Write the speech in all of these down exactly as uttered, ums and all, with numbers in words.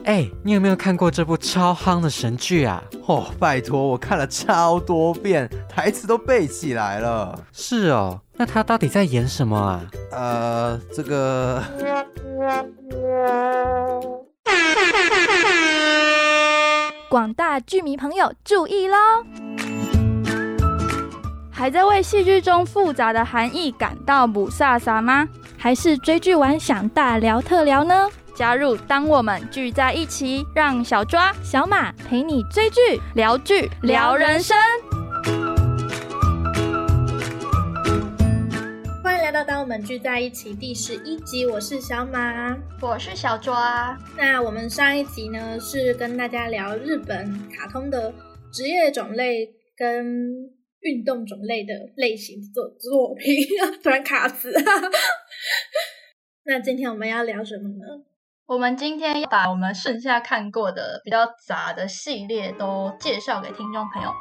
哎，你有没有看过这部超夯的神剧啊？ 哦，拜托，我看了超多遍，台词都背起来了。 是哦，那他到底在演什么啊？ 呃，这个…… 广大剧迷朋友注意咯！还在为戏剧中复杂的含义感到不飒飒吗？还是追剧完想大聊特聊呢？加入当我们聚在一起，让小抓、小马陪你追剧、聊剧、聊人生。 欢迎来到当我们聚在一起第十一集，我是小马， 我是小抓。 那我们上一集呢是跟大家聊日本卡通的职业种类跟运动种类的类型作作品，突然卡词。那今天我们要聊什么呢？ 我们今天要把我们剩下看过的比较杂的系列都介绍给听众朋友。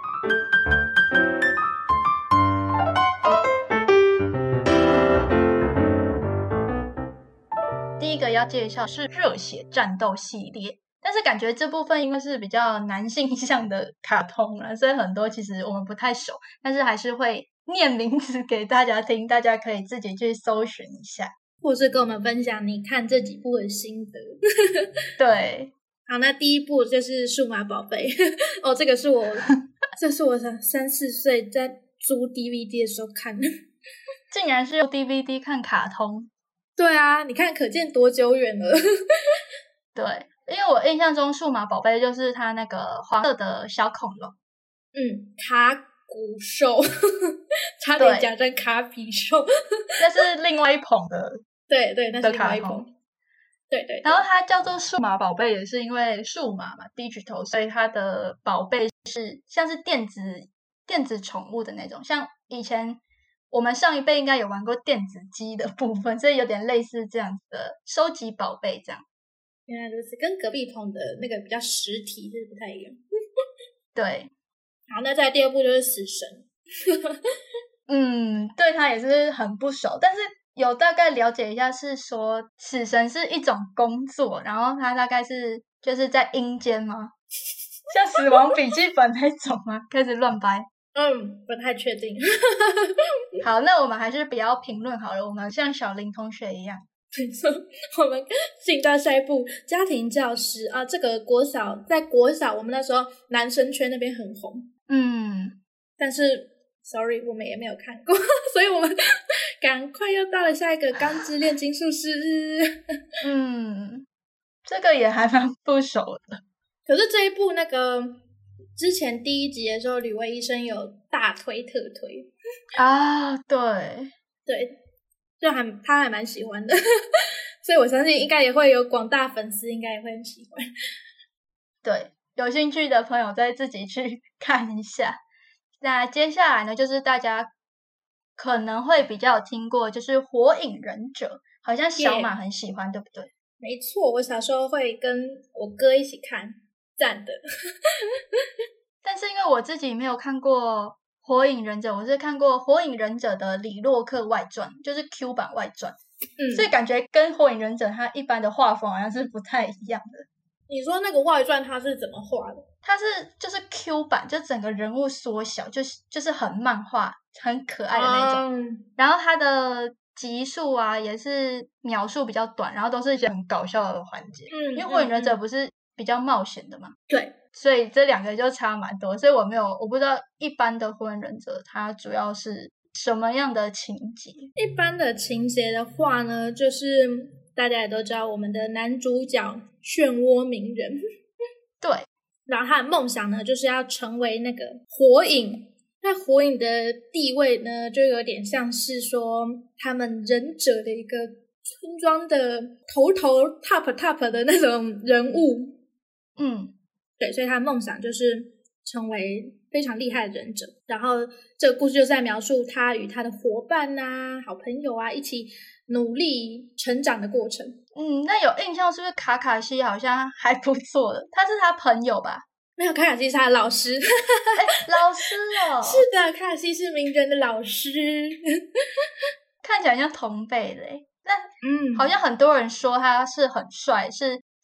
第一个要介绍是热血战斗系列，但是感觉这部分因为是比较男性向的卡通了，所以很多其实我们不太熟，但是还是会念名字给大家听，大家可以自己去搜寻一下， 或是跟我们分享你看这几部的心得。 对， 好，那第一部就是数码宝贝。哦，这个是我这是我三四岁在租 D V D 的时候看的。 竟然是用 D V D 看卡通。 对啊，你看可见多久远了。 对，因为我印象中数码宝贝就是它那个黄色的小恐龙。 嗯，卡古兽。差点讲成卡比兽。 那是另外一棚的。 对对，那是另外一棚。对, 对对。 然后它叫做数码宝贝，也是因为数码嘛 ，digital， 所以它的宝贝是像是电子电子宠物的那种，像以前我们上一辈应该有玩过电子机的部分，所以有点类似这样子的收集宝贝这样。 原来如此，跟隔壁棚的那个比较实体是不太一样。 对。 好，那再第二部就是死神。 嗯，对他也是很不熟，但是有大概了解一下，是说死神是一种工作，然后他大概是就是在阴间吗？像死亡笔记本那种吗？开始乱掰。 嗯，不太确定。 好，那我们还是不要评论好了，我们像小林同学一样。 我们进到下一部家庭教师啊，这个国小在国小我们那时候男生圈那边很红。 嗯， 但是 sorry 我们也没有看过，所以我们赶快要到了下一个钢之炼金术师。 嗯，这个也还蛮不熟的。 可是这一部那个之前第一集的时候吕薇医生有大推特推啊，对对，就还他还蛮喜欢的。所以我相信应该也会有广大粉丝应该也会很喜欢。 对，有兴趣的朋友再自己去看一下。那接下来呢，就是大家可能会比较有听过，就是火影忍者，好像小马很喜欢， yeah. 对不对？ 没错，我小时候会跟我哥一起看，赞的。 但是因为我自己没有看过火影忍者，我是看过火影忍者的里洛克外传，就是 Q 版外传。嗯，所以感觉跟火影忍者它一般的画风好像是不太一样的。 你说那个外传它是怎么画的？ 它是就是 Q 版，就整个人物缩小，就是就是很漫画很可爱的那种、嗯、然后它的集数啊也是描述比较短，然后都是一些很搞笑的环节、嗯、因为火影忍者不是比较冒险的嘛， 对， 所以这两个就差蛮多，所以我没有我不知道一般的火影忍者它主要是什么样的情节。 一般的情节的话呢，就是大家也都知道我们的男主角漩涡鸣人， 对， 然后他的梦想呢就是要成为那个火影。那火影的地位呢就有点像是说他们忍者的一个村庄的头头 top top 的那种人物。嗯，对，所以他的梦想就是成为非常厉害的忍者。然后这个故事就在描述他与他的伙伴啊好朋友啊一起努力成长的过程。 嗯，那有印象是不是卡卡西好像还不错的？他是他朋友吧？ 没有，卡卡西是他的老师。 欸、老师哦。 是的，卡卡西是鸣人的老师。 看起来像同辈的耶。那嗯，好像很多人说他是很帅，是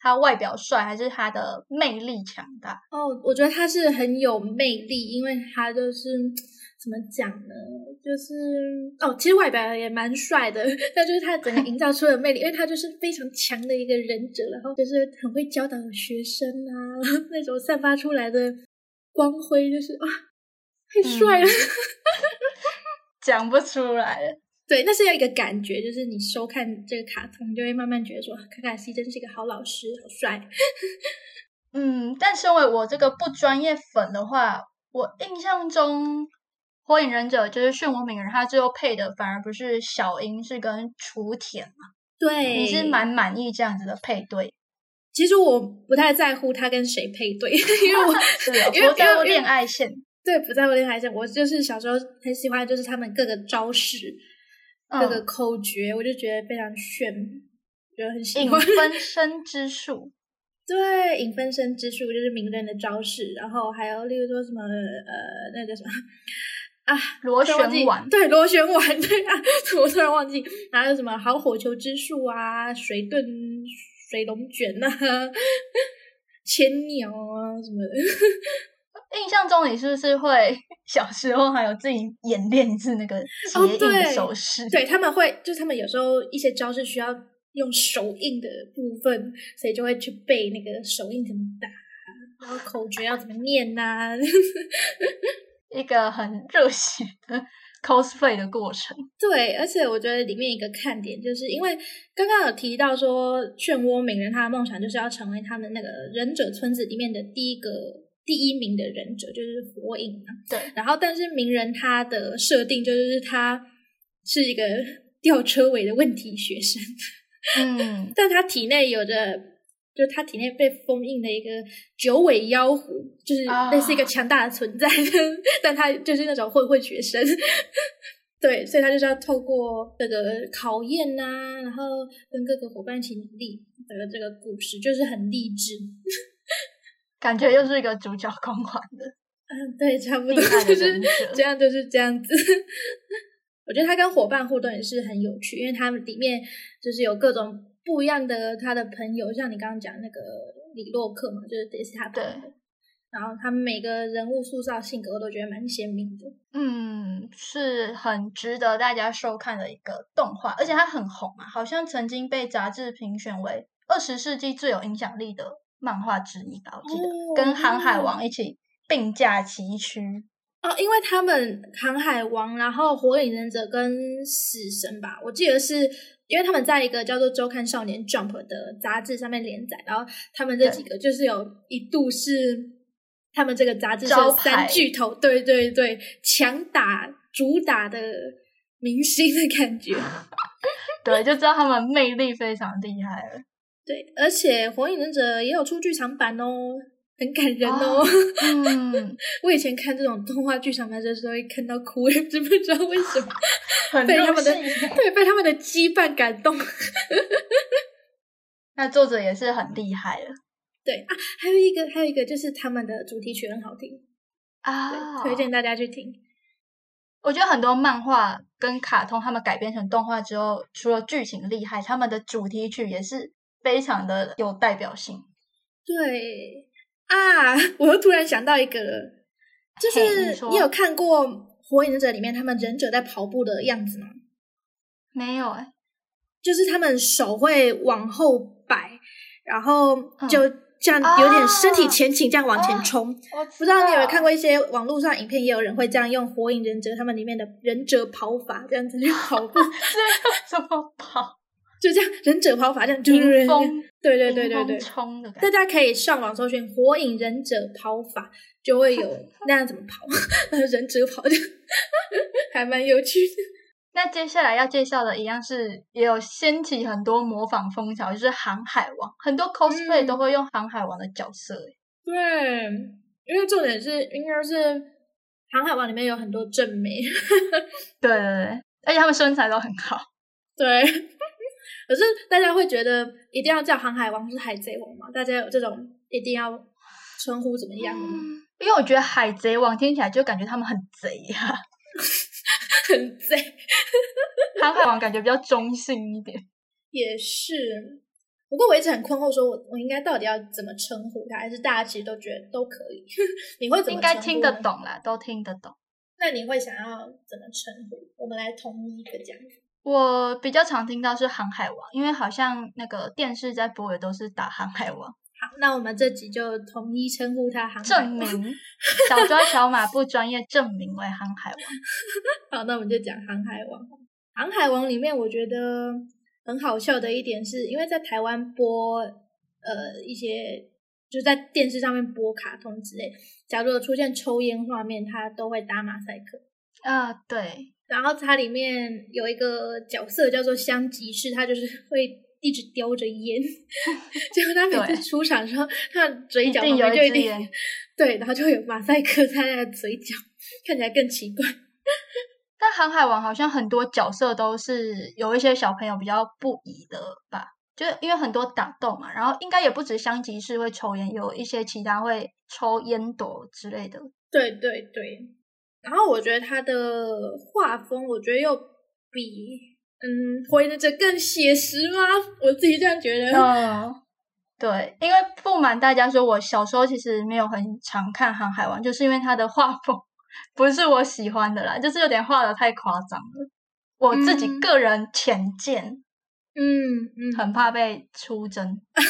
他外表帅，还是他的魅力强大？ 哦，我觉得他是很有魅力，因为他就是怎么讲呢？就是哦，其实外表也蛮帅的，但就是他整个营造出的魅力，因为他就是非常强的一个忍者，然后就是很会教导学生啊，那种散发出来的光辉，就是哇，太帅了， 讲、嗯、不出来了。 对，那是要一个感觉，就是你收看这个卡通，你就会慢慢觉得说，卡卡西真是一个好老师，好帅。 嗯，但身为我这个不专业粉的话，我印象中火影忍者就是漩涡鸣人，他最后配的反而不是小樱，是跟雏田嘛。 对， 你是蛮满意这样子的配对？ 其实我不太在乎他跟谁配对，因为我是的，因为不在乎恋爱线。 对，不在乎恋爱线。我就是小时候很喜欢，就是他们各个招式。各个口诀、嗯、我就觉得非常炫，觉得很喜欢。 影分身之术， 对，影分身之术就是鸣人的招式，然后还有例如说什么呃，那个什么啊， 螺旋丸， 对，螺旋丸，对啊，我突然忘记，还有什么好火球之术啊，水遁水龙卷啊，千鸟啊什么的。 印象中你是不是会小时候还有自己演练一次那个结印的手势、哦、 对, 对他们会就是他们有时候一些招式需要用手印的部分，所以就会去背那个手印怎么打，然后口诀要怎么念啊一个很热血的 cosplay 的过程。 对，而且我觉得里面一个看点就是因为刚刚有提到说漩涡鸣人他的梦想就是要成为他们那个忍者村子里面的第一个第一名的忍者，就是火影嘛。 对， 然后但是鸣人他的设定就是他是一个吊车尾的问题学生， 嗯， 但他体内有着，就他体内被封印的一个九尾妖狐，就是类似一个强大的存在，啊、但他就是那种混混学生，对，所以他就是要透过这个考验啊，然后跟各个伙伴一起努力的这个故事，就是很励志。 感觉又是一个主角光环的， 嗯，对，差不多就是这样，就是这样子。我觉得他跟伙伴互动也是很有趣，因为他们里面就是有各种不一样的他的朋友，像你刚刚讲那个李洛克嘛，就是也是他朋友。然后他们每个人物塑造性格我都觉得蛮鲜明的。 嗯，是很值得大家收看的一个动画，而且它很红啊，好像曾经被杂志评选为二十世纪最有影响力的漫画之一吧，我记得、哦、跟航海王一起并驾齐驱哦，因为他们航海王，然后火影忍者跟死神吧，我记得是因为他们在一个叫做周刊少年 Jump 的杂志上面连载，然后他们这几个就是有一度是他们这个杂志是三巨头，对对对，强打主打的明星的感觉对，就知道他们魅力非常厉害了。 对，而且火影忍者也有出剧场版哦，很感人哦。哦嗯， 我以前看这种动画剧场版的时候会看到哭，也知不知道为什么很被他们的对被他们的羁绊感动。 那作者也是很厉害了。 对啊，还有一个还有一个就是他们的主题曲很好听啊， 推荐大家去听。 我觉得很多漫画跟卡通他们改编成动画之后，除了剧情厉害，他们的主题曲也是非常的有代表性。 对啊，我又突然想到一个了，就是你有看过火影忍者里面他们忍者在跑步的样子吗？ 没有哎、欸， 就是他们手会往后摆，然后就这样有点身体前倾这样往前冲、 哦、 不知道你有没有看过一些网络上影片，也有人会这样用火影忍者他们里面的忍者跑法这样子去跑步这怎么跑？ 就这样忍者跑法这样迎风， 对对对对对， 冲的感觉。大家可以上网搜寻火影忍者跑法，就会有那样怎么跑忍者跑就还蛮有趣的。 那接下来要介绍的一样是也有掀起很多模仿风潮，就是航海王，很多 cosplay 都会用航海王的角色、欸嗯、对，因为重点是应该是航海王里面有很多正妹对对对，而且他们身材都很好。 对，可是大家会觉得一定要叫航海王是海贼王吗？大家有这种一定要称呼怎么样、 嗯、因为我觉得海贼王听起来就感觉他们很贼啊很贼航海王感觉比较中性一点。 也是， 不过我一直很困惑，说我我应该到底要怎么称呼他，还是大家其实都觉得都可以？你会怎么称呼呢？ 应该听得懂啦，都听得懂。 那你会想要怎么称呼？我们来统一一个这样子。 我比较常听到是航海王，因为好像那个电视在播的都是打航海王。 好，那我们这集就统一称呼他航海证王。 明小抓小马不专业，证明为航海王。 好，那我们就讲航海王。航海王里面，我觉得很好笑的一点是，因为在台湾播呃一些就是在电视上面播卡通之类，假如有出现抽烟画面，它都会打马赛克。 啊，对。 然后它里面有一个角色叫做香吉士，他就是会一直叼着烟，结果他每次出场的时候，他的嘴角旁边就一定有一对，然后就会有马赛克在他的嘴角，看起来更奇怪。 但航海王好像很多角色都是有一些小朋友比较不宜的吧，就是因为很多打斗嘛，然后应该也不止香吉士会抽烟，有一些其他会抽烟斗之类的。 对对对。然后我觉得他的画风，我觉得又比嗯火影忍者更写实吗？我自己这样觉得。 嗯，对，因为不瞒大家说，我小时候其实没有很常看航海王，就是因为他的画风不是我喜欢的啦，就是有点画的太夸张了。我自己个人浅见， 嗯嗯， 很怕被出征。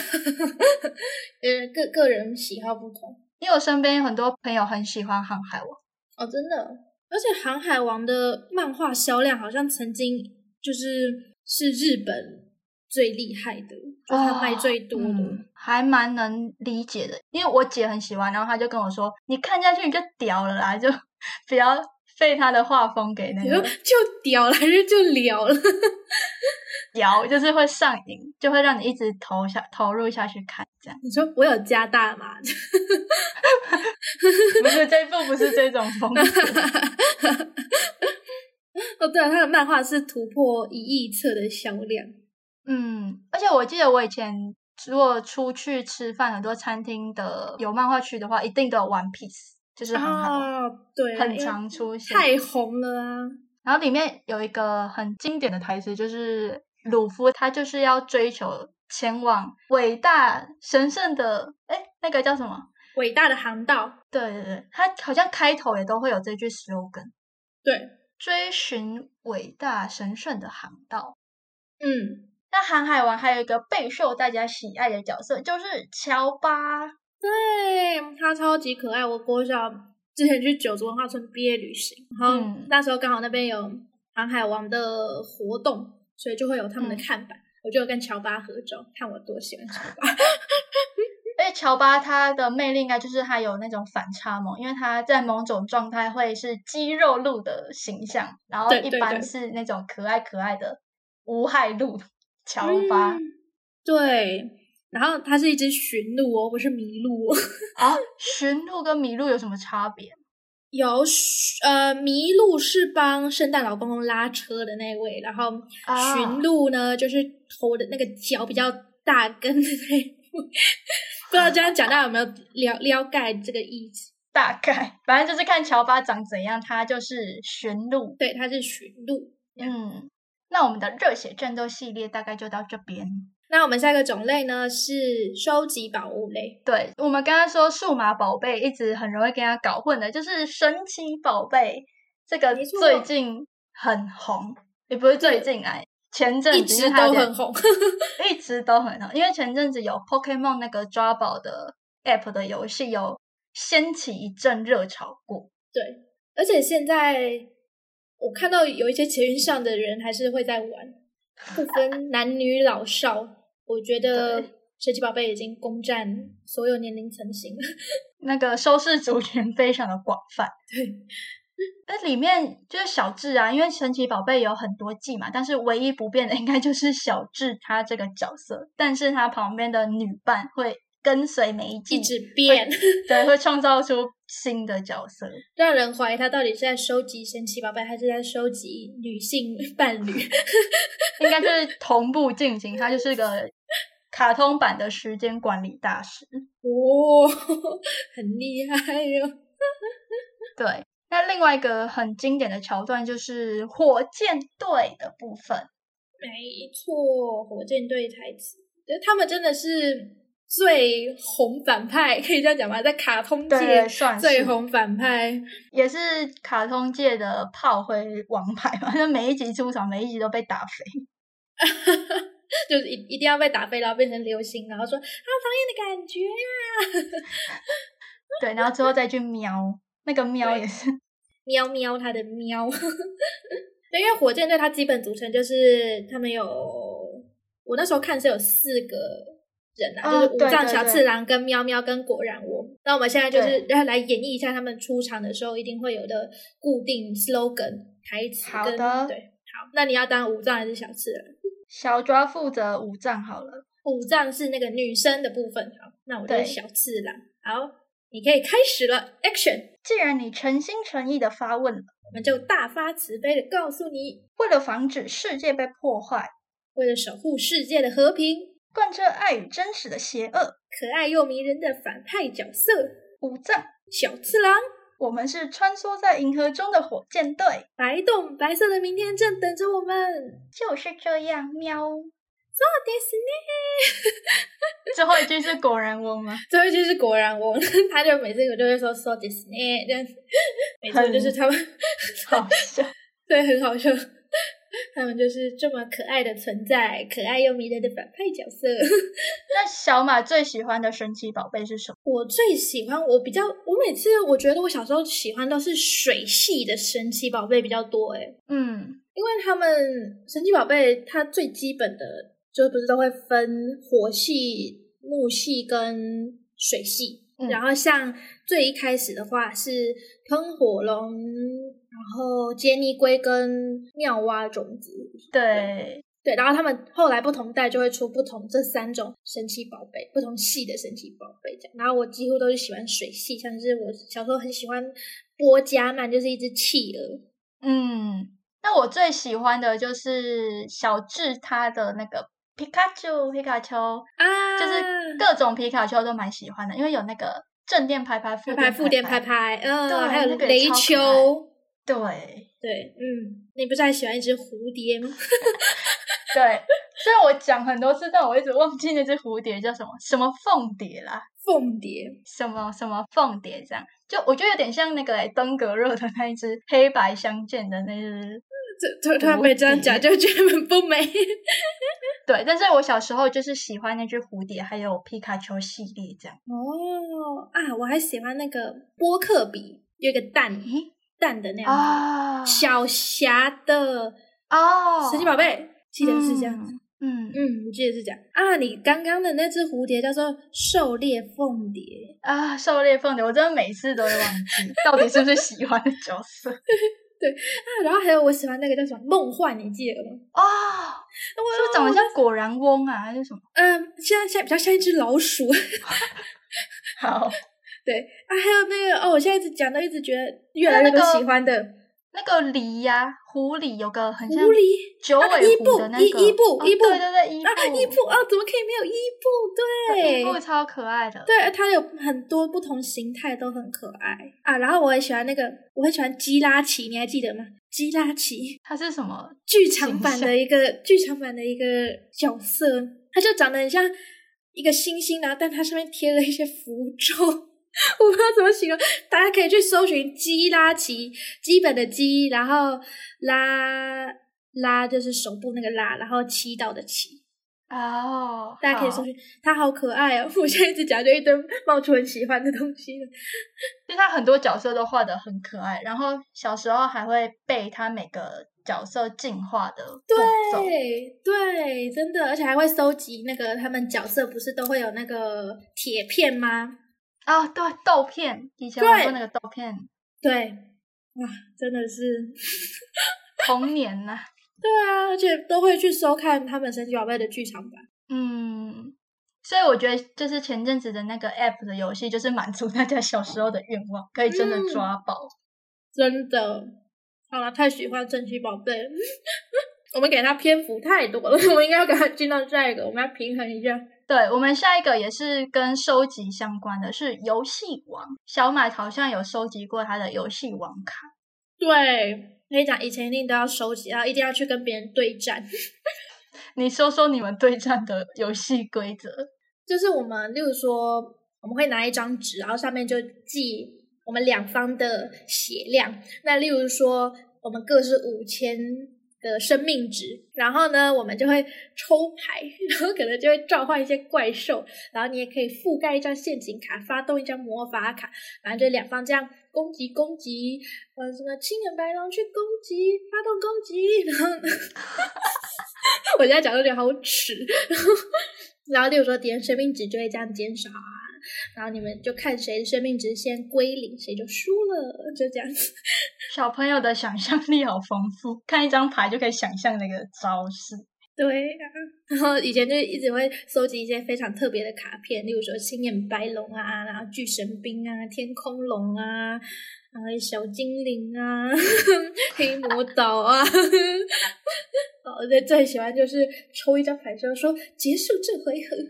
呃，个个人喜好不同， 因为我身边有很多朋友很喜欢航海王。 哦，真的，而且航海王的漫画销量好像曾经就是是日本最厉害的，就它卖最多的、哦嗯，还蛮能理解的。因为我姐很喜欢，然后她就跟我说：“你看下去你就屌了啦，就不要被她的画风给那个。” 你说就屌了还是就聊了？ 屌就是会上瘾，就会让你一直投下投入下去看这样。 你说我有加大吗？ 不是，这一部不是这种风格。 哦，对啊，他的漫画是突破一亿册的销量。 嗯，而且我记得我以前如果出去吃饭，很多餐厅的有漫画区的话，一定都有 One Piece， 就是航海王， 哦，对， 很常出现， 太红了啊。 然后里面有一个很经典的台词，就是鲁夫他就是要追求前往伟大神圣的，诶那个叫什么？ 伟大的航道。 对对对，他好像开头也都会有这句 slogan。 对， 追寻伟大神圣的航道。 嗯， 那航海王还有一个备受大家喜爱的角色，就是乔巴。 对，他超级可爱。我国小之前去九族文化村毕业旅行，然后那时候刚好那边有航海王的活动，所以就会有他们的看板，嗯、我就跟乔巴合照，看我多喜欢乔巴。 而且乔巴他的魅力应该就是他有那种反差萌，因为他在某种状态会是肌肉鹿的形象，然后一般是那种可爱可爱的无害鹿乔巴、 嗯。对，然后它是一只驯鹿哦，不是麋鹿哦。 啊，驯鹿跟麋鹿有什么差别？ 有呃，麋鹿是帮圣诞老公公拉车的那位，然后驯鹿呢、啊、就是头的那个角比较大根的那位。不知道这样讲大家有没有了了解这个意思？ 大概，反正就是看乔巴长怎样，他就是驯鹿。 对，他是驯鹿。 嗯，那我们的热血战斗系列大概就到这边。 那我们下一个种类呢是收集宝物类。 对，我们刚刚说数码宝贝一直很容易跟它搞混的，就是神奇宝贝，这个最近很红，也不是最近来。前阵子一直都很红， 一直都很红，因为前阵子有 Pokemon 那个抓宝的 App 的游戏有掀起一阵热潮过。 对，而且现在我看到有一些捷运上的人还是会在玩，不分男女老少。我觉得神奇宝贝已经攻占所有年龄层型了， 那个收视族群非常的广泛。 对。 那里面就是小智啊，因为神奇宝贝有很多季嘛，但是唯一不变的应该就是小智他这个角色，但是他旁边的女伴会跟随每一季一直变， 对，会创造出新的角色， 让人怀疑他到底是在收集神奇宝贝还是在收集女性伴侣。 应该就是同步进行，他就是个卡通版的时间管理大师。 哦，很厉害哟、哦。 对。那另外一个很经典的桥段就是火箭队的部分。 没错，火箭队台词。 就他们真的是最红反派，可以这样讲吗？在卡通界对算是最红反派， 也是卡通界的炮灰王牌嘛，就每一集出场，每一集都被打飞。 就是一一定要被打飞，然后变成流星，然后说好讨厌的感觉啊！ 对，然后之后再去喵，那个喵也是喵喵，它的喵。对，因为火箭队它基本组成就是他们有，我那时候看是有四个人啊， 哦就是武藏对对小次郎跟喵喵跟果然翁。那我们现在就是要来演绎一下他们出场的时候一定会有的固定 slogan 台词跟。 好的对，好，那你要当武藏还是小次郎？ 小抓负责武藏好了。 武藏是那个女生的部分，好，那我就是对小次郎。好，你可以开始了 ，Action！ 既然你诚心诚意的发问了， 我们就大发慈悲的告诉你， 为了防止世界被破坏， 为了守护世界的和平， 贯彻爱与真实的邪恶， 可爱又迷人的反派角色武藏， 小次郎， 我们是穿梭在银河中的火箭队， 白洞白色的明天正等着我们。 就是这样，喵。 そうですね。 最后一句是果然翁吗？ 最后一句是果然翁，他就每次我就会说そうですね，这样子，没错，就是他们好笑， 对，很好笑。他们就是这么可爱的存在，可爱又迷人的反派角色。 那小马最喜欢的神奇宝贝是什么？ 我最喜欢，我比较，我每次我觉得我小时候喜欢都是水系的神奇宝贝比较多诶， 嗯， 因为他们神奇宝贝它最基本的就不是都会分火系、木系跟水系， 嗯然后像最一开始的话是喷火龙，然后杰尼龟跟妙蛙种子， 对， 对，然后他们后来不同代就会出不同这三种神奇宝贝，不同系的神奇宝贝这样。然后我几乎都是喜欢水系，像是我小时候很喜欢波加曼，就是一只企鹅。 嗯，那我最喜欢的就是小智他的那个皮卡丘，皮卡丘啊， 就是各种皮卡丘都蛮喜欢的，因为有那个正电拍拍、 拍拍、负电拍拍，嗯， 对还有那个雷也超可丘。 对对，嗯，你不是还喜欢一只蝴蝶吗？ 对，虽然我讲很多次，但我一直忘记那只蝴蝶叫什么，什么凤蝶啦， 凤蝶， 什么什么凤蝶这样，就我觉得有点像那个诶登革热的那一只黑白相间的那只。 这突然被这样讲，就觉得很不美。 对，但是我小时候就是喜欢那只蝴蝶，还有皮卡丘系列这样。 哦啊，我还喜欢那个波克比，有一个蛋蛋的那样子， 啊， 小霞的哦， 神奇宝贝，记得是这样子。 嗯嗯嗯，我记得是这样啊。你刚刚的那只蝴蝶叫做狩猎凤蝶啊，狩猎凤蝶，我真的每次都会忘记到底是不是喜欢的角色。 对啊，然后还有我喜欢那个叫什么梦幻，你记得吗？ 哦，是不是长得像果然翁啊，还是什么？ 嗯，现在现在比较像一只老鼠。 好， 对啊，还有那个哦，我现在一直讲都一直觉得越来越多喜欢的那个梨呀、啊，狐狸有个很像狐狸九尾狐的那个， 伊布伊布哦、 伊布， 对对对，伊布啊伊布啊，怎么可以没有伊布？对， 伊布超可爱的， 对，它有很多不同形态都很可爱啊。然后我很喜欢那个，我很喜欢基拉奇，你还记得吗？基拉奇， 它是什么？ 剧场版的一个剧场版的一个角色，它就长得很像一个星星，然后但它上面贴了一些符咒。我不知道怎么形容，大家可以去搜寻基拉奇，基本的基，然后拉拉就是手部那个拉，然后祈祷的祈。 哦， 大家可以搜寻，它好可爱哦！我现在一直讲就一堆冒出很喜欢的东西了。 就他很多角色都画得很可爱，然后小时候还会背他每个角色进化的步骤。 对对，真的，而且还会收集那个他们角色不是都会有那个铁片吗？ 啊、哦，对，豆片，以前玩过那个豆片。 对，哇，真的是童年呐、啊。 对啊，而且都会去收看他们神奇宝贝的剧场版。 嗯，所以我觉得就是前阵子的那个 app 的游戏，就是满足大家小时候的愿望，可以真的抓宝。嗯、 真的，好了，太喜欢神奇宝贝了。我们给他篇幅太多了，我们应该要给他进到下一个，我们要平衡一下。 对，我们下一个也是跟收集相关的，是游戏王。小马好像有收集过他的游戏王卡。 对，跟你讲，以前一定都要收集，然后一定要去跟别人对战。 你你说说你们对战的游戏规则。 就是我们，例如说，我们会拿一张纸，然后上面就记我们两方的血量。那例如说，我们各是五千个生命值，然后呢，我们就会抽牌，然后可能就会召唤一些怪兽，然后你也可以覆盖一张陷阱卡，发动一张魔法卡，反正就两方这样攻击攻击，呃，什么青眼白狼去攻击，发动攻击，然后我现在讲有点好耻。然后例如说敌人生命值就会这样减少啊，然后你们就看谁的生命值先归零，谁就输了，就这样子。 小朋友的想象力好丰富，看一张牌就可以想象那个招式。 对啊，然后以前就一直会收集一些非常特别的卡片，例如说青眼白龙啊，然后巨神兵啊，天空龙啊，然后小精灵啊，黑魔岛啊。我最最喜欢就是抽一张牌之后说结束这回合。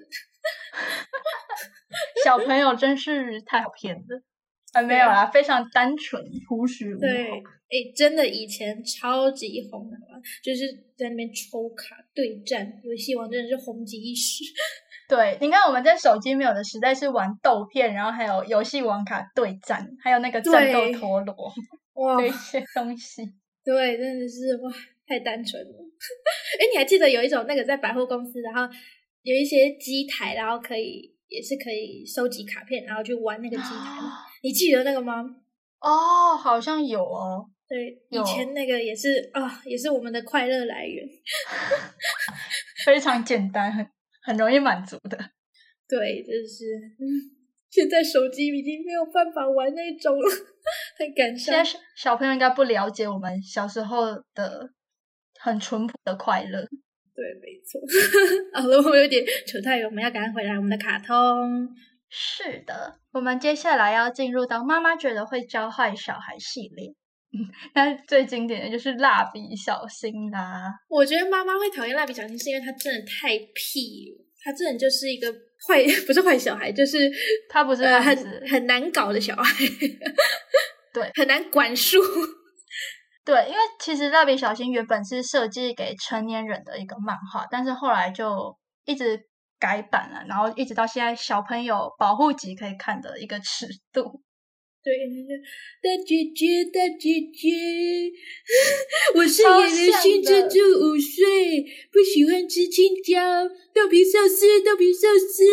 小朋友真是太好骗了。啊，没有啦，非常单纯，朴实无华。 对，诶，真的以前超级红的嘛，就是在那边抽卡对战，游戏王真的是红极一时。 对，你看我们在手机没有的时代是玩豆片，然后还有游戏王卡对战，还有那个战斗陀螺， 哇， 这些东西。 对，真的是哇，太单纯了。诶，你还记得有一种那个在百货公司，然后有一些机台，然后可以也是可以收集卡片，然后去玩那个机台吗？你记得那个吗？ 哦，好像有哦。 对，以前那个也是啊，也是我们的快乐来源。 非常简单，很很容易满足的。 对，就是嗯，现在手机已经没有办法玩那种了，太感伤。 现在小朋友应该不了解我们小时候的很淳朴的快乐。 对，没错。好了，我们有点扯太远，我们要赶快回来我们的卡通。 是的，我们接下来要进入到妈妈觉得会教坏小孩系列。那最经典的就是蜡笔小新啦。 我觉得妈妈会讨厌蜡笔小新是因为他真的太屁了，他真的就是一个坏，不是坏小孩，就是他不是呃很很难搞的小孩。 对， 很难管束。 对，因为其实蜡笔小新原本是设计给成年人的一个漫画，但是后来就一直改版了，然后一直到现在小朋友保护级可以看的一个尺度。 对，大姐姐，大姐姐，我是演员新珍珠五岁，不喜欢吃青椒，豆皮寿司，豆皮寿司，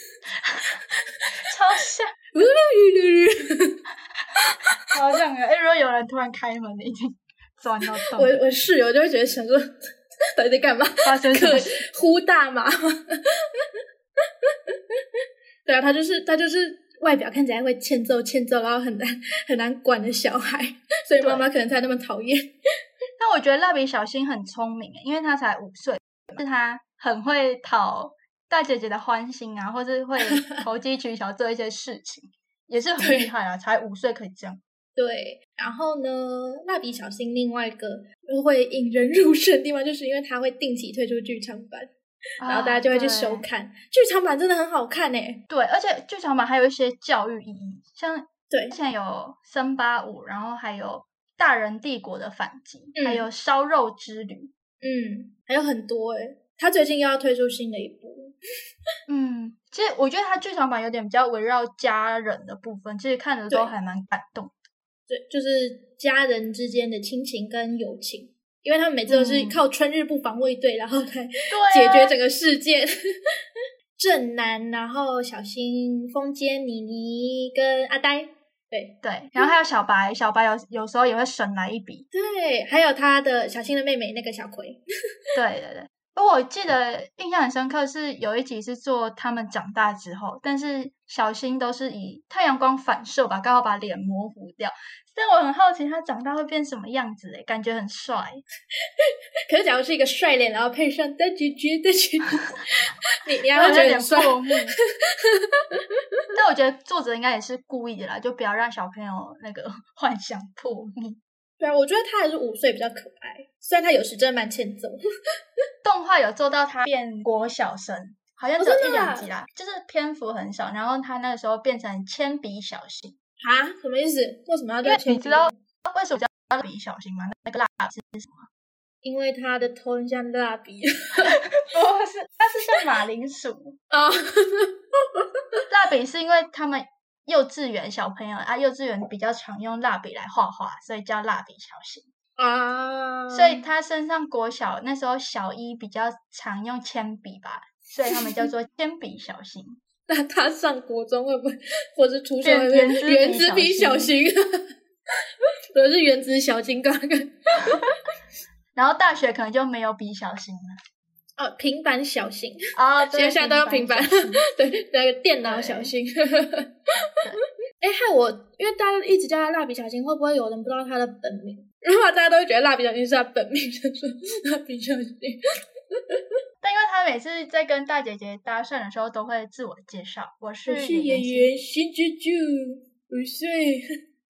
超像，超像的。哎，如果有人突然开门，一定钻到洞。 我我室友就会觉得想说，到底在干嘛？ 发生什么事？ 呼大麻。对啊，他就是他就是。外表看起来会欠揍欠揍，然后很难很难管的小孩，所以妈妈可能才那么讨厌。 但我觉得蜡笔小新很聪明，因为他才五岁，是他很会讨大姐姐的欢心啊，或是会投机取巧做一些事情，也是很厉害啊，才五岁可以这样。 对，然后呢，蜡笔小新另外一个会引人入胜的地方，就是因为它会定期推出剧场版。然后大家就会去收看，啊、剧场版真的很好看诶。 对，而且剧场版还有一些教育意义，像对， 之前有森巴舞，然后还有大人帝国的反击，嗯、还有烧肉之旅， 嗯，还有很多诶。他最近又要推出新的一部， 嗯，其实我觉得他剧场版有点比较围绕家人的部分，其实看的时候还蛮感动的。 对，就是家人之间的亲情跟友情。因为他们每次都是靠春日部防卫队，嗯、然后来解决整个事件。正南，然后小新、风间、妮妮跟阿呆，对对，然后还有小白，小白有有时候也会省来一笔。 对，还有他的小新的妹妹那个小葵。 对对对，我记得印象很深刻是有一集是做他们长大之后，但是小新都是以太阳光反射吧，刚好把脸模糊掉。但我很好奇他长大会变什么样子诶，感觉很帅。 可是假如是一个帅脸，然后配上大姐姐大姐姐，你你还会觉得很帅。 但我觉得作者应该也是故意的啦，就不要让小朋友那个幻想破灭。 对啊，我觉得他还是五岁比较可爱，虽然他有时真的蛮欠揍。 动画有做到他变国小生，好像只有一两集啦，就是篇幅很少。然后他那个时候变成铅笔小新。 啊，什么意思？为什么要叫铅笔？ 你知道为什么叫蜡笔小新吗？那个蜡是什么？ 因为他的头很像蜡笔。 不是，它是像马铃薯。 哦， 蜡笔是因为他们幼稚园小朋友啊，幼稚园比较常用蜡笔来画画，所以叫蜡笔小新。 啊， 所以他升上国小那时候小一比较常用铅笔吧，所以他们叫做铅笔小新。 那他上国中会不会，或是初中会不会原子笔原子笔小小新？我是原子小金刚。 然后大学可能就没有笔小新了。 哦，平板小新。 啊， 现在现在都用平板， 小新对，那个电脑小新。哎，害我，因为大家一直叫他蜡笔小新，会不会有人不知道他的本名？然后大家都会觉得蜡笔小新是他本名，就说蜡笔小新。 但因为他每次在跟大姐姐搭讪的时候，都会自我介绍，我是我是演员新啾啾，五岁。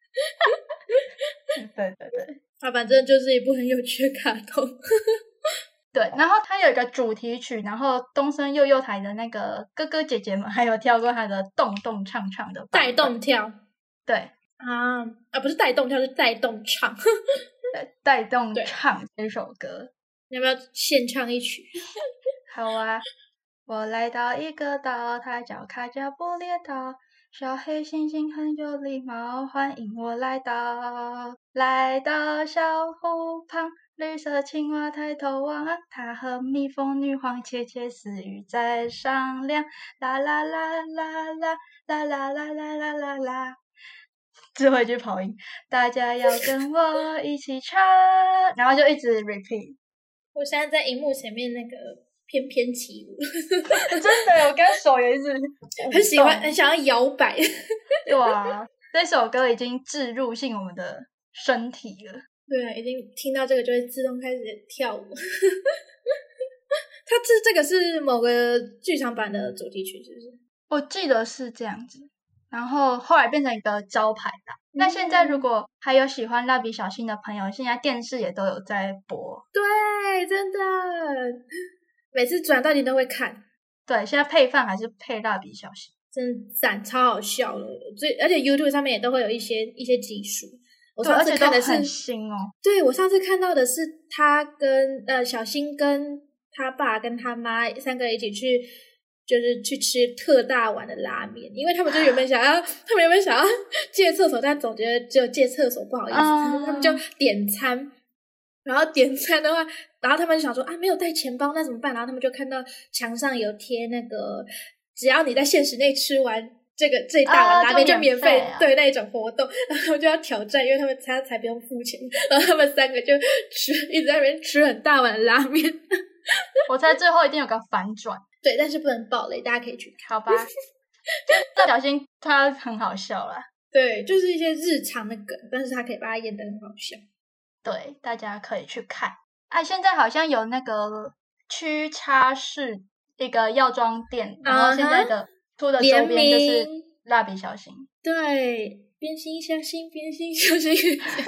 对对对。 啊，反正就是一部很有趣的卡通。 对，然后它有一个主题曲，然后东森幼幼台的那个哥哥姐姐们还有跳过他的动动唱唱的带动跳。 对啊啊，不是带动跳，是带动唱。 对，带动唱这首歌， 你要不要献唱一曲？ 好啊。我来到一个岛，它叫卡加布列岛，小黑猩猩很有礼貌，欢迎我来到。来到小湖旁，绿色青蛙抬头望，它和蜜蜂女皇窃窃私语在商量，啦啦啦啦啦啦啦啦啦啦啦啦。最后一句跑音，大家要跟我一起唱，然后就一直 repeat。 我现在在荧幕前面那个翩翩起舞。 真的，我刚手也一直很喜欢，很想要摇摆。 对啊，这首歌已经置入进我们的身体了。 对啊，已经听到这个就会自动开始跳舞。它这这个是某个剧场版的主题曲，是不是？ 我记得是这样子，然后后来变成一个招牌啦。嗯、那现在如果还有喜欢蜡笔小新的朋友，现在电视也都有在播。 对，真的，每次转到你都会看。 对，现在配饭还是配蜡笔小新， 真赞，超好笑了。所以而且 YouTube 上面也都会有一些一些集数。我上次看的是很新哦。 对，我上次看到的是他跟呃小新跟他爸跟他妈三个一起去，就是去吃特大碗的拉面，因为他们就原本想要，他们原本想要借厕所，但总觉得只有借厕所不好意思，嗯、他们就点餐。然后点餐的话，然后他们就想说啊，没有带钱包，那怎么办？然后他们就看到墙上有贴那个，只要你在限时内吃完这个这一大碗拉面就免费，啊、对那一种活动，然后就要挑战，因为他们才才不用付钱，然后他们三个就吃，一直在那边吃很大碗的拉面。 我猜最后一定有个反转， 对，但是不能爆雷，大家可以去看， 好吧？蜡笔小新他很好笑啦， 对，就是一些日常的梗，但是他可以把它演得很好笑。 对，大家可以去看。啊，现在好像有那个屈叉式一个药妆店， uh-huh, 然后现在的出的周边就是蜡笔小新。 对，变形小新，变形小新。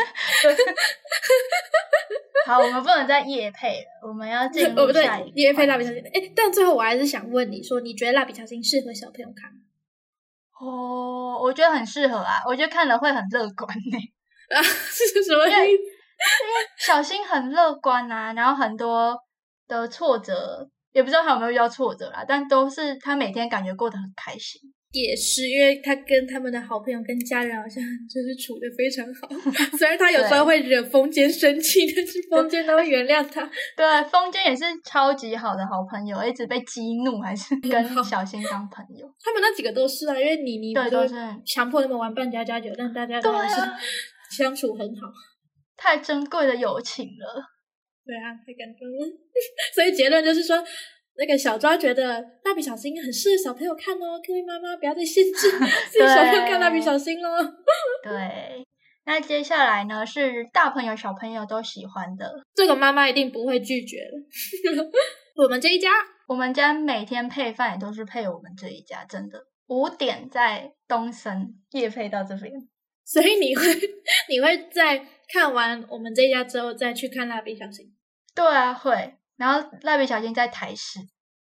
好，我们不能再业配了，我们要进入下一个业配蜡笔小新。哎，但最后我还是想问你说，你觉得蜡笔小新适合小朋友看吗？ 哦，我觉得很适合啊，我觉得看了会很乐观呢。 啊，是什么意思？ 因为小新很乐观啊，然后很多的挫折，也不知道他有没有遇到挫折啦，但都是他每天感觉过得很开心。 也是，因为他跟他们的好朋友跟家人好像就是处得非常好，虽然他有时候会惹风间生气，但是风间都会原谅他。 对，风间也是超级好的好朋友，一直被激怒还是跟小新当朋友。 他们那几个都是啊，因为你你对都是强迫他们玩扮家家酒，但大家都还是相处很好。 太珍贵的友情了。 对啊，太感动了。所以结论就是说，那个小抓觉得蜡笔小新很适合小朋友看哦，各位妈妈不要再限制自己小朋友看蜡笔小新咯。 对，那接下来呢是大朋友小朋友都喜欢的， 这个妈妈一定不会拒绝了。我们这一家， 我们家每天配饭也都是配我们这一家，真的五点在东森业配到这边。 所以你会你会在看完我们这一家之后再去看蜡笔小新？ 对啊，会。然后蜡笔小新在台视。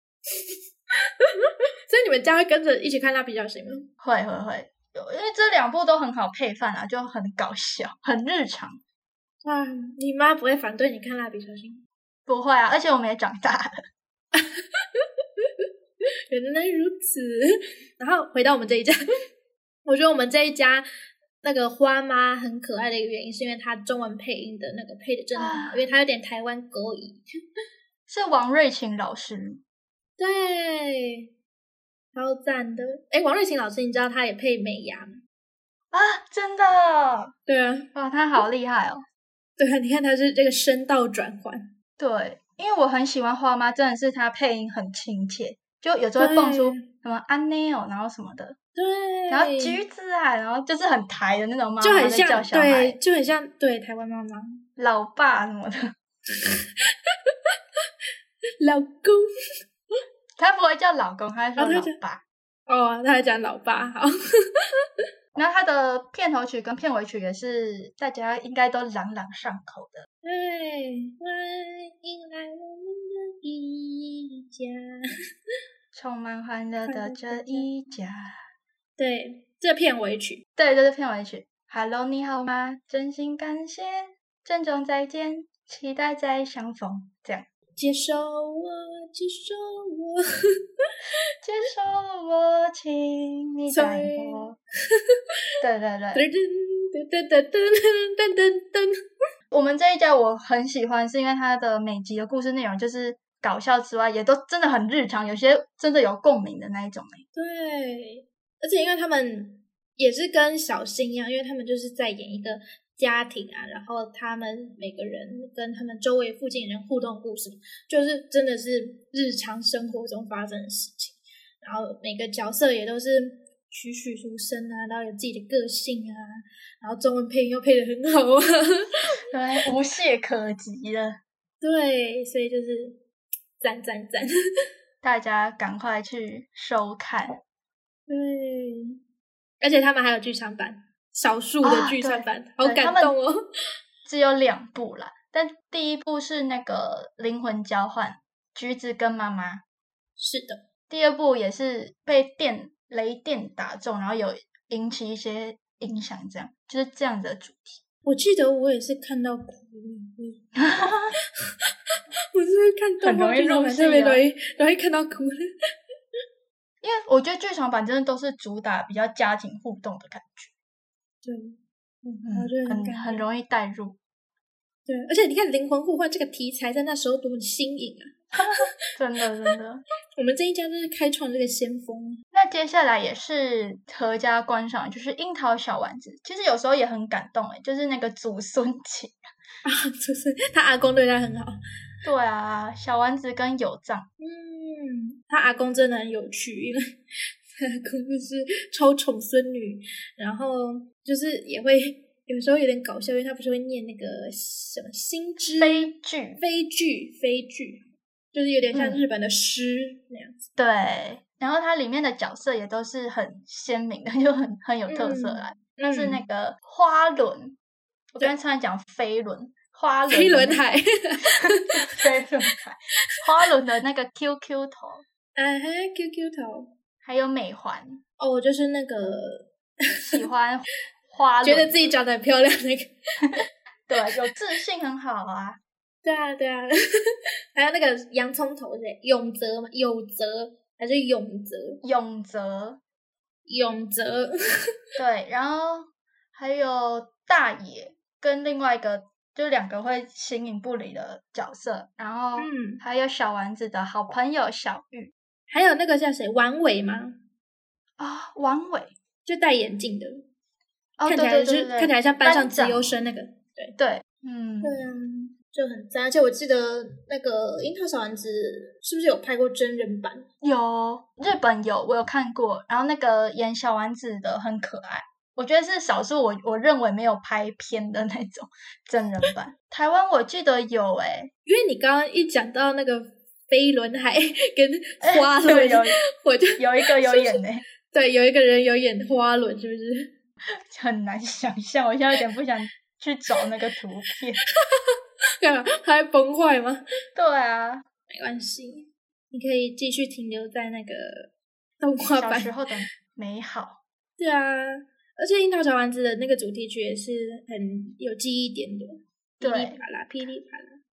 所以你们家会跟着一起看蜡笔小新吗？ 会会会，因为这两部都很好配饭啊，就很搞笑，很日常。 哇，你妈不会反对你看蜡笔小新？ 不会啊，而且我们也长大了。 原来如此。然后回到我们这一家，我觉得我们这一家那个花妈很可爱的一个原因，是因为她中文配音的那个配的真的很好，因为她有点台湾狗语。 是王瑞琴老师。 对，超赞的。诶，王瑞琴老师，你知道她也配美牙吗？ 啊，真的？ 对啊， 哇，他好厉害哦。 对啊，你看他是这个声道转换。 对，因为我很喜欢花妈，真的是她配音很亲切，就有时候会蹦出什么安内哦，然后什么的， 对， 然后橘子啊，然后就是很台的那种妈就很妈在叫像， 小孩， 对，就很像对台湾妈妈老爸什么的。 老公， 他不会叫老公，他会说哦他叫老爸。 哦，他还讲老爸，好。 然后他的片头曲跟片尾曲也是大家应该都朗朗上口的。 对，欢迎来我们的一家， 充满欢乐的这一家。 对，这片尾曲， 对，这是片尾曲。Hello， 你好吗？真心感谢，郑重再见，期待再相逢。这样， 接受我，接受我， 接受我，请你带我。对对对， 噔噔噔噔噔噔噔噔。 我们这一家我很喜欢，是因为它的每集的故事内容就是搞笑之外，也都真的很日常，有些真的有共鸣的那一种。 对，而且因为他们也是跟小新一样，因为他们就是在演一个家庭啊，然后他们每个人跟他们周围附近人互动的故事，就是真的是日常生活中发生的事情，然后每个角色也都是栩栩如生啊，然后有自己的个性啊，然后中文配音又配得很好啊， 对，无懈可击的。 对，所以就是赞赞赞， 大家赶快去收看。 对，而且他们还有剧场版，少数的剧场版， 啊、 好感动哦。 只有两部啦，但第一部是那个灵魂交换，橘子跟妈妈。 是的。 第二部也是被电雷电打中，然后有引起一些影响，这样就是这样的主题。 我记得我也是看到哭了，我是看动画剧场版特别容易容易看到哭了。 因为我觉得剧场版真的都是主打比较家庭互动的感觉， 对， 嗯， 我觉得很很很容易带入。 对，而且你看灵魂互换这个题材在那时候多么新颖啊！ 真的真的， 我们这一家就是开创这个先锋。 那接下来也是合家观赏，就是樱桃小丸子。其实有时候也很感动诶，就是那个祖孙情啊，就是他阿公对他很好。 对啊，小丸子跟有藏， 嗯，他阿公真的很有趣，因为他阿公就是超宠孙女，然后就是也会有时候有点搞笑，因为他不是会念那个什么新之非句非句非句，就是有点像日本的诗、嗯、那样子。 对，然后它里面的角色也都是很鲜明的，就很很有特色啦。那、嗯、是那个花轮，我刚才差点讲飞轮。花轮飞轮海飞轮海花轮的那个 Q Q 头啊哈 Q Q 头还有美环哦，我就是那个喜欢花轮觉得自己长得很漂亮那个对，有自信很好啊。 对啊对啊还有那个洋葱头是永泽吗？有泽还是永泽？ 永泽永泽对，然后还有大野跟另外一个就两个会形影不离的角色，然后嗯， 还有小丸子的好朋友小玉， 还有那个叫谁丸尾吗？ 啊，丸尾就戴眼镜的， 哦， 看起来对对对对对， 看起来像班上资优生那个，对对，嗯， 对啊，就很赞。而且我记得那个樱桃小丸子是不是有拍过真人版？ 有，日本有，我有看过。然后那个演小丸子的很可爱。我觉得是少数我我认为没有拍片的那种真人版。台湾我记得有诶、欸， 因为你刚刚一讲到那个飞轮海跟花轮， 欸、有我就有一个有演诶、欸， 对，有一个人有演花轮，是不是？ 很难想象，我现在有点不想去找那个图片。 干嘛？还会崩坏吗？ 对啊， 没关系，你可以继续停留在那个动画版小时候的美好。 对啊。而且樱桃小丸子的那个主题曲也是很有记忆点的， 对， 噼里啪啦噼里啪啦。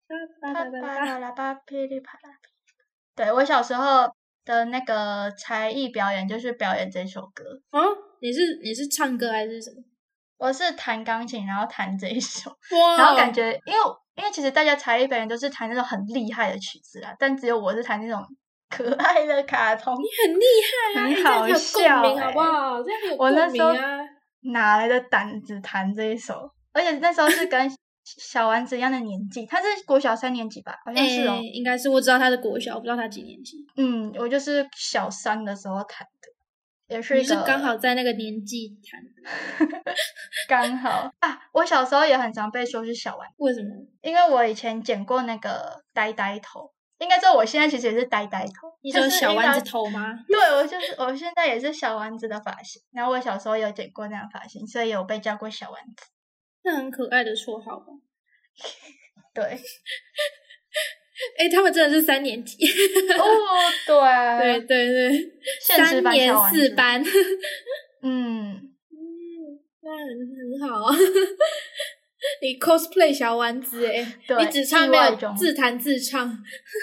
啪啪啦啦啪噼里啪啦。对，我小时候的那个才艺表演就是表演这首歌。 哦，你是你是唱歌还是什么？ 我是弹钢琴，然后弹这一首， 哇！ 然后感觉因为因为其实大家才艺表演都是弹那种很厉害的曲子啦，但只有我是弹那种可爱的卡通。 你很厉害啊， 很好笑、欸， 这样很有共鸣好不好？这样很有共鸣啊！ 我那时候哪来的胆子弹这一首？而且那时候是跟小丸子一样的年纪，他是国小三年级吧，好像是哦、 欸，应该是。我知道他是国小，我不知道他几年级。 嗯，我就是小三的时候弹的，也是一个。 你是刚好在那个年纪弹的， 刚好啊！我小时候也很常被说是小丸子， 为什么？ 因为我以前剪过那个呆呆头，应该说我现在其实也是呆呆头。 你说小丸子头吗？ 对，我就是我现在也是小丸子的发型，然后我小时候有剪过那样的发型，所以有被叫过小丸子。 那很可爱的绰号吧？ 对， 哎、欸，他们真的是三年级哦，对啊， 对对对， 三年四班， 嗯嗯，那很很好啊。你 cosplay 小丸子哎、欸，你只唱没有自弹自唱。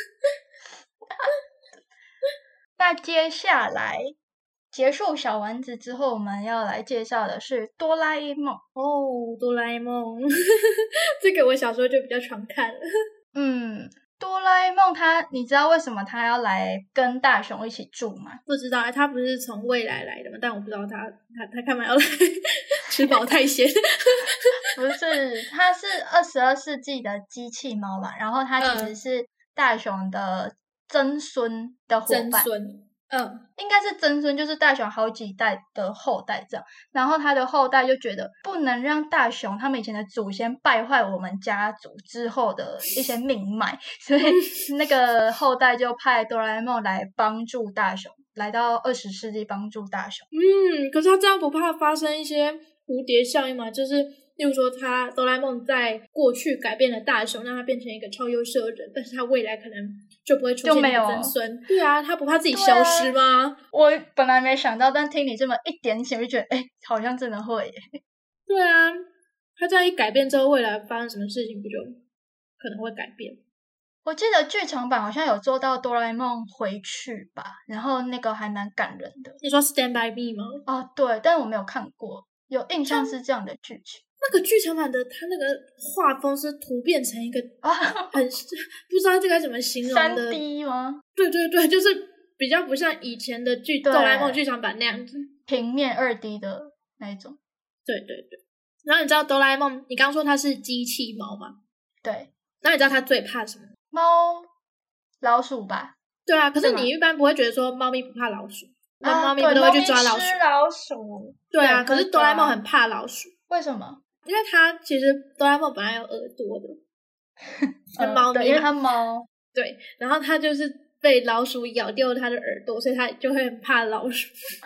那接下来结束小丸子之后，我们要来介绍的是哆啦 A 梦哦，哆啦 A 梦，这个我小时候就比较常看了。 嗯，哆啦 A 梦他，你知道为什么他要来跟大雄一起住吗？ 不知道，他不是从未来来的吗？但我不知道他他他干嘛要来吃饱太闲。 不是，他是二十二世纪的机器猫嘛，然后他其实是大雄的曾孙的伙伴。 曾孙。嗯， 应该是曾孙，就是大雄好几代的后代这样，然后他的后代就觉得不能让大雄他们以前的祖先败坏我们家族之后的一些命脉，所以那个后代就派哆啦 A 梦来帮助大雄，来到二十世纪帮助大雄。 嗯，可是他这样不怕发生一些蝴蝶效应吗？就是例如说他哆啦 A 梦在过去改变了大雄，让他变成一个超优秀的人，但是他未来可能就不会出现那个曾孙。对啊，他不怕自己消失吗？ 啊、我本来没想到，但听你这么一点起，我就觉得哎，好像真的会耶。 对啊，他这样一改变之后，未来发生什么事情不就可能会改变？ 我记得剧场版好像有做到哆啦 A 梦回去吧，然后那个还蛮感人的。 你说 Stand by Me 吗？ 哦，对，但我没有看过，有印象是这样的剧情。 那个剧场版的，它那个画风是突变成一个很不知道这该怎么形容的三 D 吗？ 对对对，就是比较不像以前的剧哆啦 A 梦剧场版那样子平面二 D 的那一种。 对对对。然后你知道哆啦 A 梦，你刚刚说它是机器猫吗？ 对。 那你知道它最怕什么？ 猫、老鼠吧。 对啊，可是你一般不会觉得说猫咪不怕老鼠，那、 啊、 猫咪不都会去抓老鼠？ 吃老鼠。 对啊，可是哆啦 A 梦很怕老鼠， 为什么？ 因为它其实哆啦 A 梦本来有耳朵的， 呃、 猫咪， 对，因为它猫。 对，然后它就是被老鼠咬掉它的耳朵，所以它就会很怕老鼠。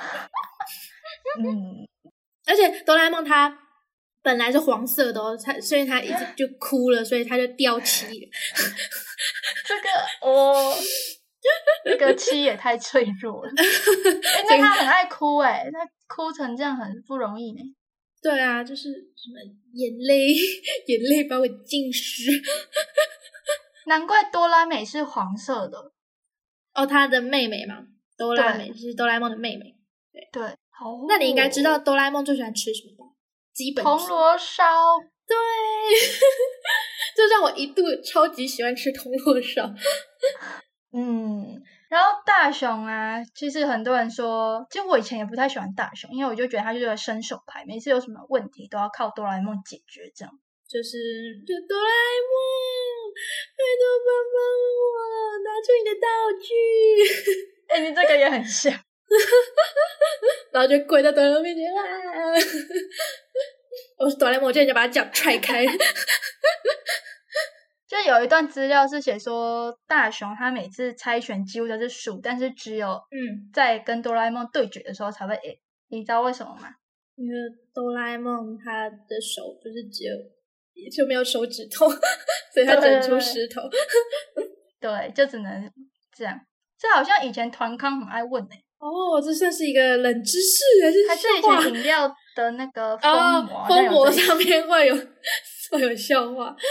嗯， 而且哆啦 A 梦它本来是黄色的哦，它所以它一直就哭了，所以它就掉漆了。 这个哦，这个漆也太脆弱了。欸、那它很爱哭哎、欸，它哭成这样很不容易呢、欸。 对啊，就是什么眼泪，眼泪把我浸湿。 难怪哆啦美是黄色的。 哦，她的妹妹嘛，哆啦美是哆啦 A 梦的妹妹。对对，好、哦。 那你应该知道哆啦 A 梦最喜欢吃什么吧？基本铜锣烧。 对，就让我一度超级喜欢吃铜锣烧。 嗯。然后大雄啊，其实很多人说，其实我以前也不太喜欢大雄，因为我就觉得他就是个伸手牌，每次有什么问题都要靠哆啦 A 梦解决，这样。 就是就哆啦 A 梦，拜托帮帮我，拿出你的道具。 哎、欸，你这个也很像。 然后就跪在哆啦 A 梦面前啊！我是哆啦 A 梦，我就想把他脚踹开。 就有一段资料是写说，大雄他每次猜拳几乎都是输，但是只有嗯在跟哆啦 A 梦对决的时候才会赢。你知道为什么吗？ 因为哆啦 A 梦他的手就是只有就没有手指头，所以他只能出石头。 对，就只能这样。这好像以前团康很爱问诶、欸。 哦，这算是一个冷知识还是？ 还是以前饮料的那个封膜， 哦、封膜上面会有会有笑话。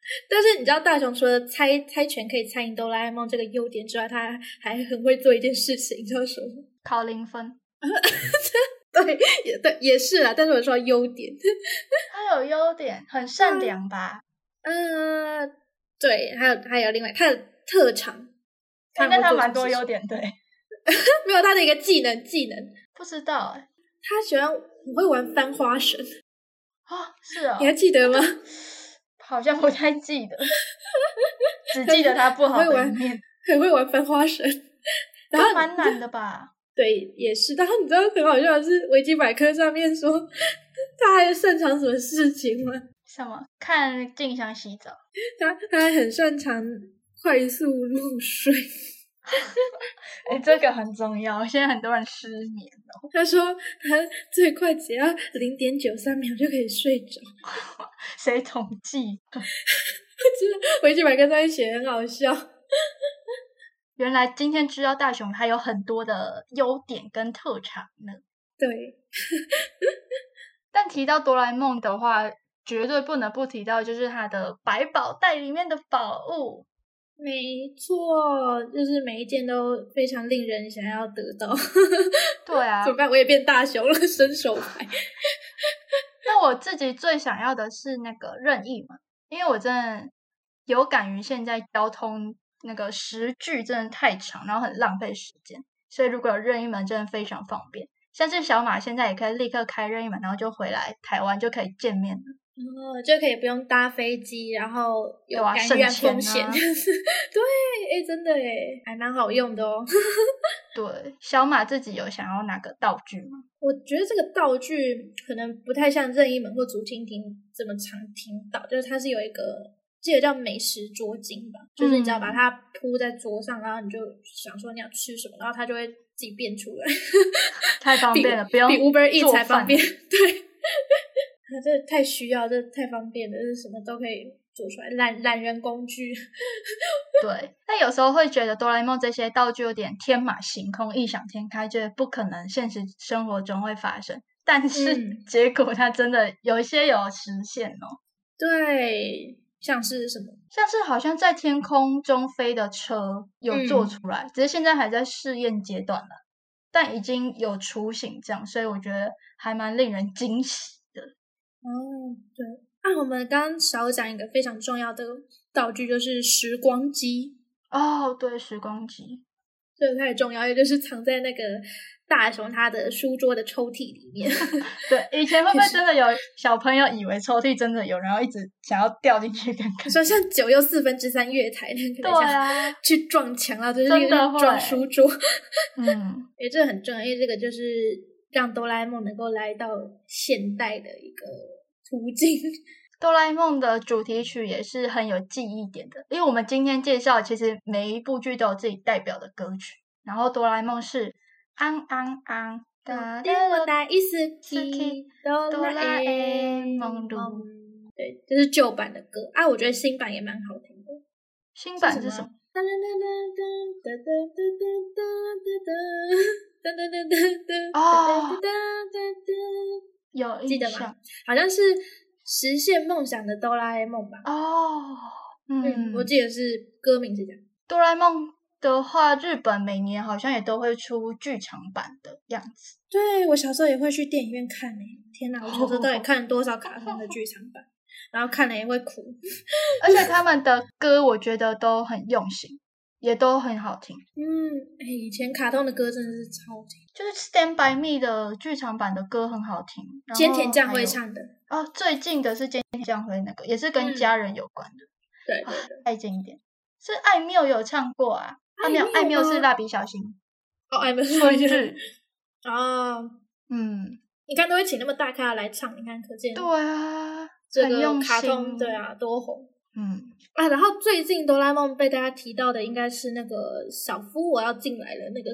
但是你知道大雄除了猜猜拳可以猜赢哆啦 A 梦这个优点之外，他还很会做一件事情，你知道什么？ 考零分。 对，也对，也是啦。但是我说优点， 他有优点，很善良吧？ 嗯、呃，对，还有还有另外他的特长， 应该他蛮多优点，对。 没有他的一个技能，技能不知道哎、欸。 他喜欢我会玩翻花绳哦，是哦， 你还记得吗？ 好像不太记得，只记得他不好的一面， 很会玩翻花绳，然后蛮难的吧？ 对，也是。然后你知道很好笑的是，维基百科上面说他还擅长什么事情吗？ 什么？看静香洗澡。 他他还很擅长快速入睡。 哎、欸，这个很重要，现在很多人失眠哦。 他说他最快只要零点九三秒就可以睡着。 谁统计？ 我知道维基百科上面写很好笑。 原来今天知道大雄还有很多的优点跟特长呢。 对。 但提到哆啦 A 梦的话，绝对不能不提到就是他的百宝袋里面的宝物。 没错，就是每一件都非常令人想要得到。 对啊， 怎么办？我也变大雄了，伸手牌。 那我自己最想要的是那个任意门，因为我真的有感于现在交通那个时距真的太长，然后很浪费时间，所以如果有任意门真的非常方便。像是小马现在也可以立刻开任意门，然后就回来台湾就可以见面了。 哦，就可以不用搭飞机，然后有感染风险。 啊、 对，哎，真的耶，还蛮好用的哦。 对，小马自己有想要哪个道具吗？ 我觉得这个道具可能不太像任意门或竹蜻蜓这么常听到，就是它是有一个，这个叫美食桌巾吧，就是你只要把它铺在桌上，然后你就想说你要吃什么，然后它就会自己变出来。 太方便了，不用比 Uber Eats 才方便。对。这太需要，这太方便了，这什么都可以做出来，懒懒人工具。 对，但有时候会觉得哆啦 A 梦这些道具有点天马行空、异想天开，觉得不可能现实生活中会发生，但是、嗯、结果它真的有一些有实现哦。 对，像是什么？ 像是好像在天空中飞的车有做出来，嗯、只是现在还在试验阶段了，但已经有雏形这样，所以我觉得还蛮令人惊喜。 哦，对啊，我们刚刚少讲一个非常重要的道具，就是时光机。 哦，对，时光机， 这个太重要，也就是藏在那个大雄他的书桌的抽屉里面。 对，以前会不会真的有小朋友以为抽屉真的有，然后一直想要掉进去看看？ 说像九又四分之三月台那个， 对啊， 去撞墙啊，就是撞书桌。嗯，诶，这个很重要，因为这个就是让哆啦 A 梦能够来到现代的一个途径。 哆啦 A 梦的主题曲也是很有记忆点的，因为我们今天介绍其实每一部剧都有自己代表的歌曲，然后哆啦 A 梦是昂昂昂哒哒我大意思基哆啦 A 梦路，对，这是旧版的歌啊，我觉得新版也蛮好听的。 新版是什么？ 哒哒哒哒哒哒哒哒哒哒哒哦， 哒哒， 有记得吗？好像是实现梦想的哆啦 A 梦吧。 哦， 嗯，我记得是歌名是这样。 哆啦 A 梦的话，日本每年好像也都会出剧场版的样子。 对，我小时候也会去电影院看诶、欸，天哪，我小时候到底看了多少卡通的剧场版，然后看了也会哭。 而且他们的歌我觉得都很用心，也都很好听。 嗯，哎，以前卡通的歌真的是超听， 就是 Stand By Me 的剧场版的歌很好听， 菅田将晖唱的。 哦，最近的是菅田将晖那个，也是跟家人有关的。 嗯、对对对， 太经典。是艾缪有唱过啊？啊没有，艾缪是蜡笔小新。 哦，艾缪春日。 哦， 嗯， 你看都会请那么大咖来唱，你看可见。 对啊， 这个卡通对啊多红。 嗯啊，然后最近哆啦 A 梦被大家提到的应该是那个小夫我要进来了那个。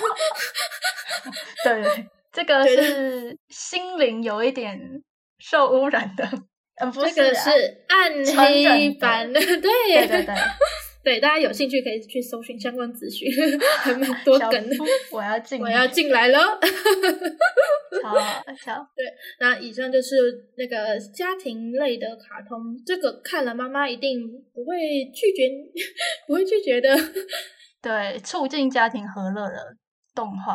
对，这个是心灵有一点受污染的。嗯，不是、啊， 这个是暗黑版的，对对对对。 对，大家有兴趣可以去搜寻相关资讯，还蛮多梗的。 我要进， 我要进来了， 好好笑。 那以上就是那个家庭类的卡通，这个看了妈妈一定不会拒绝，不会拒绝的。 对，促进家庭和乐的动画。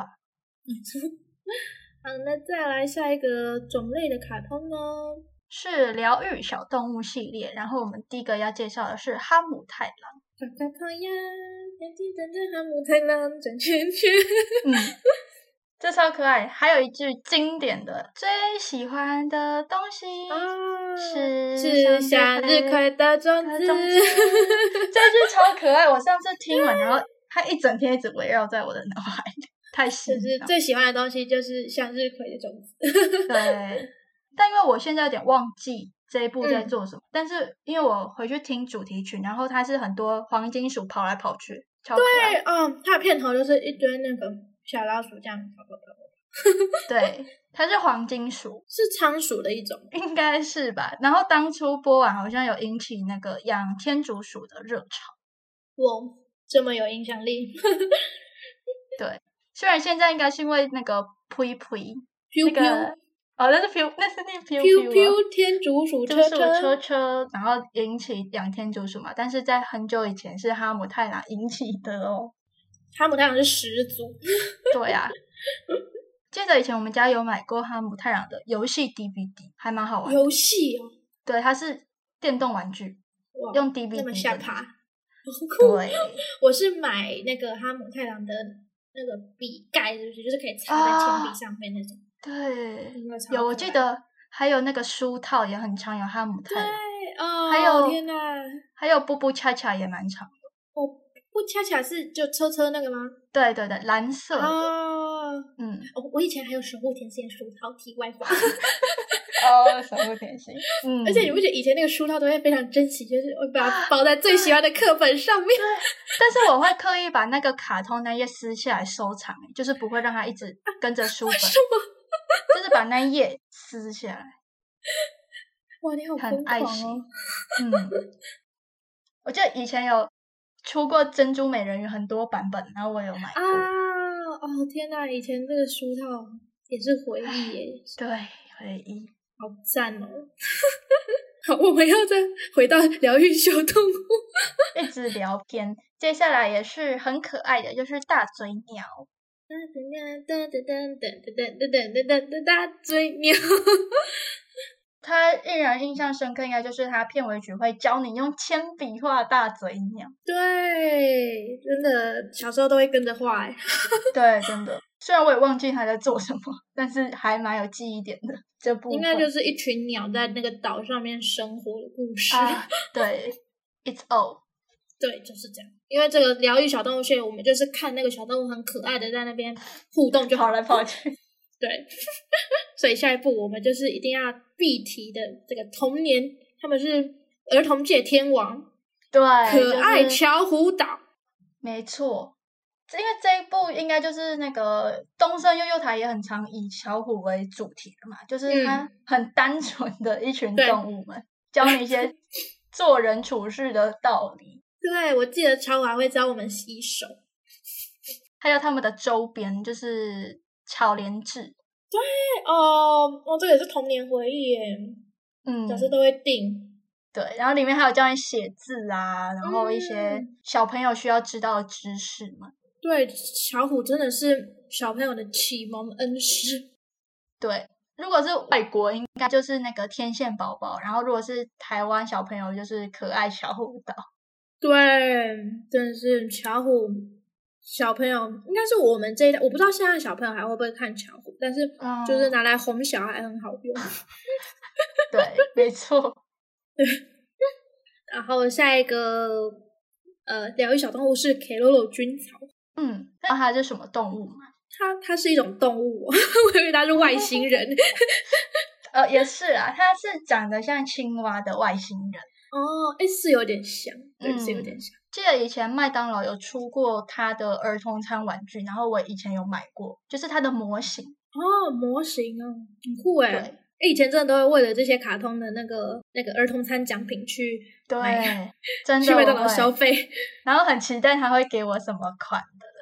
好，那再来下一个种类的卡通呢？ 是疗愈小动物系列，然后我们第一个要介绍的是哈姆太郎。 卡卡卡呀，眼睛瞪着哈姆太郎转圈圈。 嗯，这超可爱。还有一句经典的最喜欢的东西啊， 是是向日葵的种子。 种子这句超可爱，我上次听完，然后它一整天一直围绕在我的脑海里，太洗就是脑。 最喜欢的东西就是向日葵的种子。 对，但因为我现在有点忘记这一部在嗯做什么，但是因为我回去听主题曲，然后它是很多黄金鼠跑来跑去，超可爱。 对哦，它的片头就是一堆那个小老鼠这样跑跑跑跑， 对，它是黄金鼠， 是仓鼠的一种。 应该是吧。然后当初播完好像有引起那个养天竺鼠的热潮。 哇，这么有影响力。 对，虽然现在应该是因为那个呸呸飘飘那个哦，那是 P， 那是那 P 飘 P 飘天竺鼠车就是车车车，然后引起养天竺鼠嘛。但是在很久以前是哈姆太郎引起的哦。 哈姆太郎是始祖。 对啊，记得以前我们家有买过哈姆太郎的游戏 D V D， 还蛮好玩的。 游戏哦， 对，它是电动玩具， 哇， 用 D V D 那么下的爬，好酷。 对， 我是买那个哈姆太郎的那个笔盖，是不是就是可以插在铅笔上面那种？ 对， 那个超有，我可爱记得还有那个书套也很常有哈姆太郎， 对哦， 还有天哪， 还有布布恰恰也蛮长的。 哦，不恰恰是就车车那个吗？ 对对对，蓝色的， 哦， 嗯， 哦，我以前还有守护甜心的书套，题外话。 哦，守护甜心，嗯， 而且你不觉得以前那个书套都会非常珍惜，就是会把它包在最喜欢的课本上面？ 但是我会刻意把那个卡通那页撕下来收藏，就是不会让它一直跟着书本， 什么？ 就是把那页撕下来。 哇，你好很疯狂爱惜哦！ 嗯，我记得以前有出过珍珠美人鱼很多版本，然后我有买过。 啊，哦天哪，以前这个书套也是回忆耶， 对，回忆。 好赞哦！好，我们要再回到疗愈小动物。 一直聊天，接下来也是很可爱的，就是大嘴鸟。 噔噔噔噔噔噔噔噔噔噔噔大嘴鸟。 它令人印象深刻，应该就是它片尾曲会教你用铅笔画大嘴鸟。 对，真的小时候都会跟着画哎。 对，真的。虽然我也忘记它在做什么，但是还蛮有记忆点的。这部分应该就是一群鸟在那个岛上面生活的故事。 啊，对 ，It's all。 对，就是这样。因为这个疗愈小动物系列，我们就是看那个小动物很可爱的在那边互动就好跑来跑去。 对，所以下一步我们就是一定要必提的这个童年，他们是儿童界天王， 对， 可爱就是巧虎岛。 没错。因为这一部应该就是那个东森幼幼台也很常以巧虎为主题的嘛，就是它很单纯的一群动物们，教你一些做人处事的道理。 对，我记得巧虎还会教我们洗手， 还有他们的周边就是巧莲智。 对哦，哦，这个也是童年回忆耶。 嗯， 小时候都会订。 对，然后里面还有教你写字啊，然后一些嗯小朋友需要知道的知识嘛。 对，巧虎真的是小朋友的启蒙恩师。 对，如果是外国，应该就是那个天线宝宝，然后如果是台湾小朋友，就是可爱巧虎岛。 对，真的是巧虎小朋友，应该是我们这一代，我不知道现在小朋友还会不会看巧虎，但是就是拿来哄小孩很好用。 对，没错。 然后下一个呃，疗愈小动物是 Keroro 菌草。 嗯，那它是什么动物吗？ 它它是一种动物，我以为它是外星人。 呃，也是啊，它是长得像青蛙的外星人。 哦，诶，是有点像，对， 嗯是有点像。 记得以前麦当劳有出过它的儿童餐玩具，然后我以前有买过，就是它的模型。 哦，模型哦，很酷诶。 对， 诶，以前真的都会为了这些卡通的那个那个儿童餐奖品去对买， 真的去麦当劳我会消费， 然后很期待他会给我什么款的。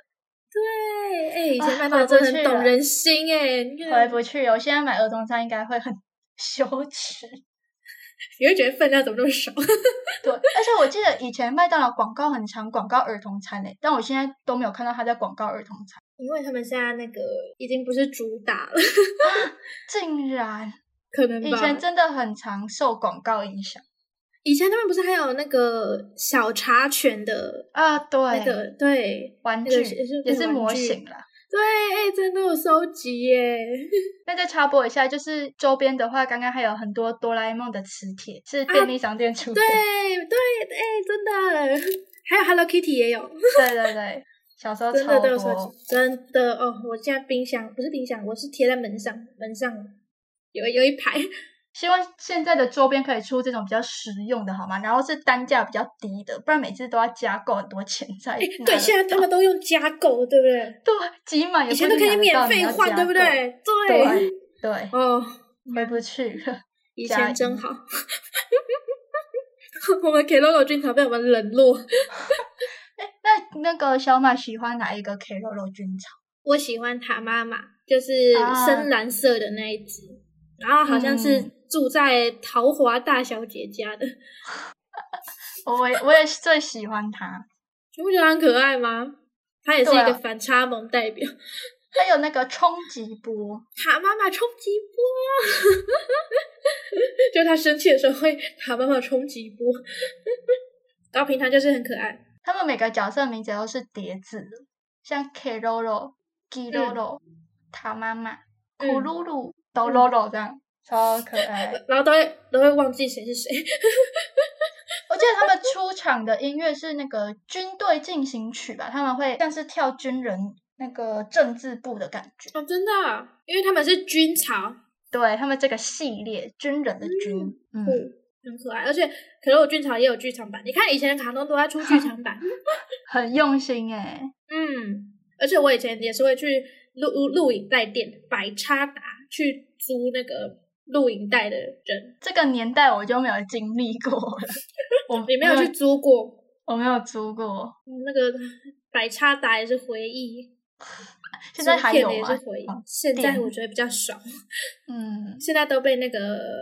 对，哎、欸，以前啊麦当劳真的回不去了很懂人心哎、 回不去。我现在买儿童餐应该会很羞耻。 你会觉得分量怎么那么少？ 对，而且我记得以前麦当劳广告很常广告儿童餐诶，但我现在都没有看到他在广告儿童餐。 因为他们现在那个已经不是主打了， 竟然， 可能吧。 以前真的很常受广告影响。 以前他们不是还有那个小茶犬的啊？对， 那个对玩具、 那个、也是也是模型啦。 对，哎、欸，真的有收集耶！ 那再插播一下，就是周边的话，刚刚还有很多哆啦 A 梦的磁铁，是便利商店出的。 啊、对对，哎、欸，真的，还有 Hello Kitty 也有。 对对对，小时候超多， 真的都有收集，真的哦！我现在冰箱不是冰箱，我是贴在门上，门上有有一排。 希望现在的周边可以出这种比较实用的，好吗？然后是单价比较低的，不然每次都要加购很多钱才。 对，现在他们都用加购，对不对？ 对，集满也以前都可以免费换，对不对？ 对对对。 哦， 回不去了。 以前真好。我们 Keroro 军曹被我们冷落。 那那个小马喜欢哪一个 Keroro 军曹？ 我喜欢他妈妈，就是深蓝色的那一只。啊然后好像是住在桃华大小姐家的， 嗯、我也我也最喜欢他， 你不觉得很可爱吗？他也是一个反差萌代表。 他有那个冲击波， 他妈妈冲击波，就他生气的时候会他妈妈冲击波，然后平常就是很可爱。 他们每个角色名字都是叠字的，像 Keroro、Kiroro、他妈妈、库鲁鲁。都露露这样，超可爱， 然后都会都会忘记谁是谁。 我记得他们出场的音乐是那个军队进行曲吧，他们会像是跳军人那个政治部的感觉。 哦，真的、啊，因为他们是军曹， 对他们这个系列军人的军，嗯， 嗯很可爱。而且可是我军曹也有剧场版，你看以前的卡通都在出剧场版， 很用心哎、欸。 嗯，而且我以前也是会去录录影带店百叉达。去租那个录影带的人， 这个年代我就没有经历过了。 我也没有去租过， 我没有租过。 那个百叉达也是回忆， 现在还有吗？ 也是回忆。现在我觉得比较少， 嗯， 现在都被那个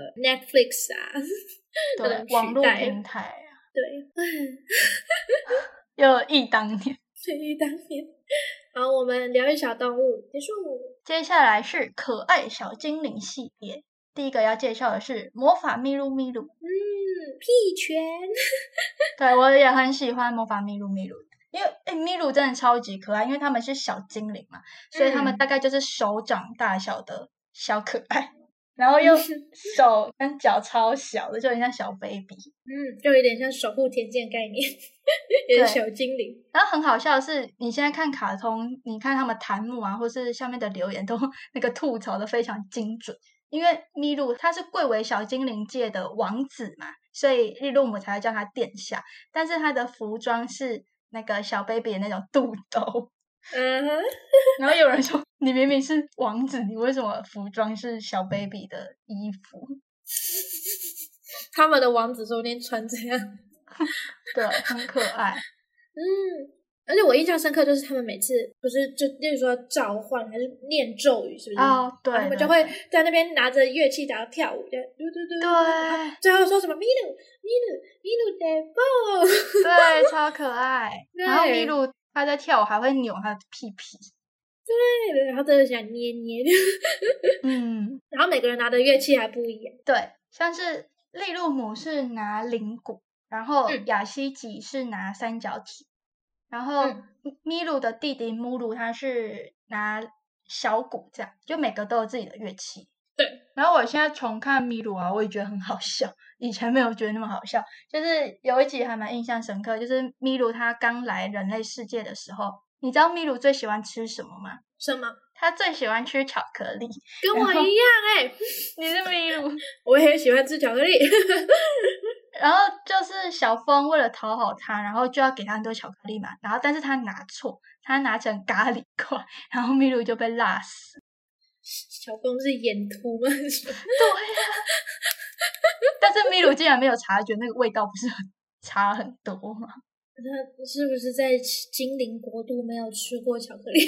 Netflix 啊， 对，网络平台啊， 对， 又忆当年， 回忆当年。好，我们疗愈小动物结束。 接下来是可爱小精灵系列，第一个要介绍的是魔法咪噜咪噜。 嗯，屁拳。 对，我也很喜欢魔法咪噜咪噜，因为诶咪噜真的超级可爱，因为他们是小精灵嘛，所以他们大概就是手掌大小的小可爱，然后又手跟脚超小的，就有点像小 baby。 嗯，就有点像守护田径概念。也是小精灵， 然后很好笑的是，你现在看卡通，你看他们弹幕啊，或是下面的留言都那个吐槽的非常精准。因为咪噜他是贵为小精灵界的王子嘛，所以利路姆才会叫他殿下。但是他的服装是那个小 baby 的那种肚兜。 嗯哼。 然后有人说，你明明是王子，你为什么服装是小 baby 的衣服？ 他们的王子说不定穿这样。 对，很可爱。 嗯，而且我印象深刻就是他们每次不是就例如说召唤还是念咒语，是不是？ 哦，对， 他们就会在那边拿着乐器然后跳舞，就对对对。 对。 最后说什么咪噜咪噜咪噜的蹦。 对，超可爱。然后咪噜他在跳舞还会扭他的屁屁。 对，然后真的想捏捏。 嗯。 然后每个人拿的乐器还不一样。 对，像是利路姆是拿铃鼓。然后雅西吉是拿三角体，然后咪噜的弟弟姆鲁他是拿小鼓，这样就每个都有自己的乐器。 对， 然后我现在重看咪噜啊，我也觉得很好笑，以前没有觉得那么好笑。就是有一集还蛮印象深刻，就是咪噜他刚来人类世界的时候，你知道咪噜最喜欢吃什么吗？ 什么？ 他最喜欢吃巧克力， 跟我一样哎、欸。 你是咪噜， 我也喜欢吃巧克力。 然后就是小峰为了讨好他，然后就要给他很多巧克力嘛，然后但是他拿错，他拿成咖喱块，然后咪噜就被辣死。 小峰是眼秃吗？对呀、啊，但是咪噜竟然没有察觉那个味道不是很差很多嘛？ 他是不是在精灵国度没有吃过巧克力？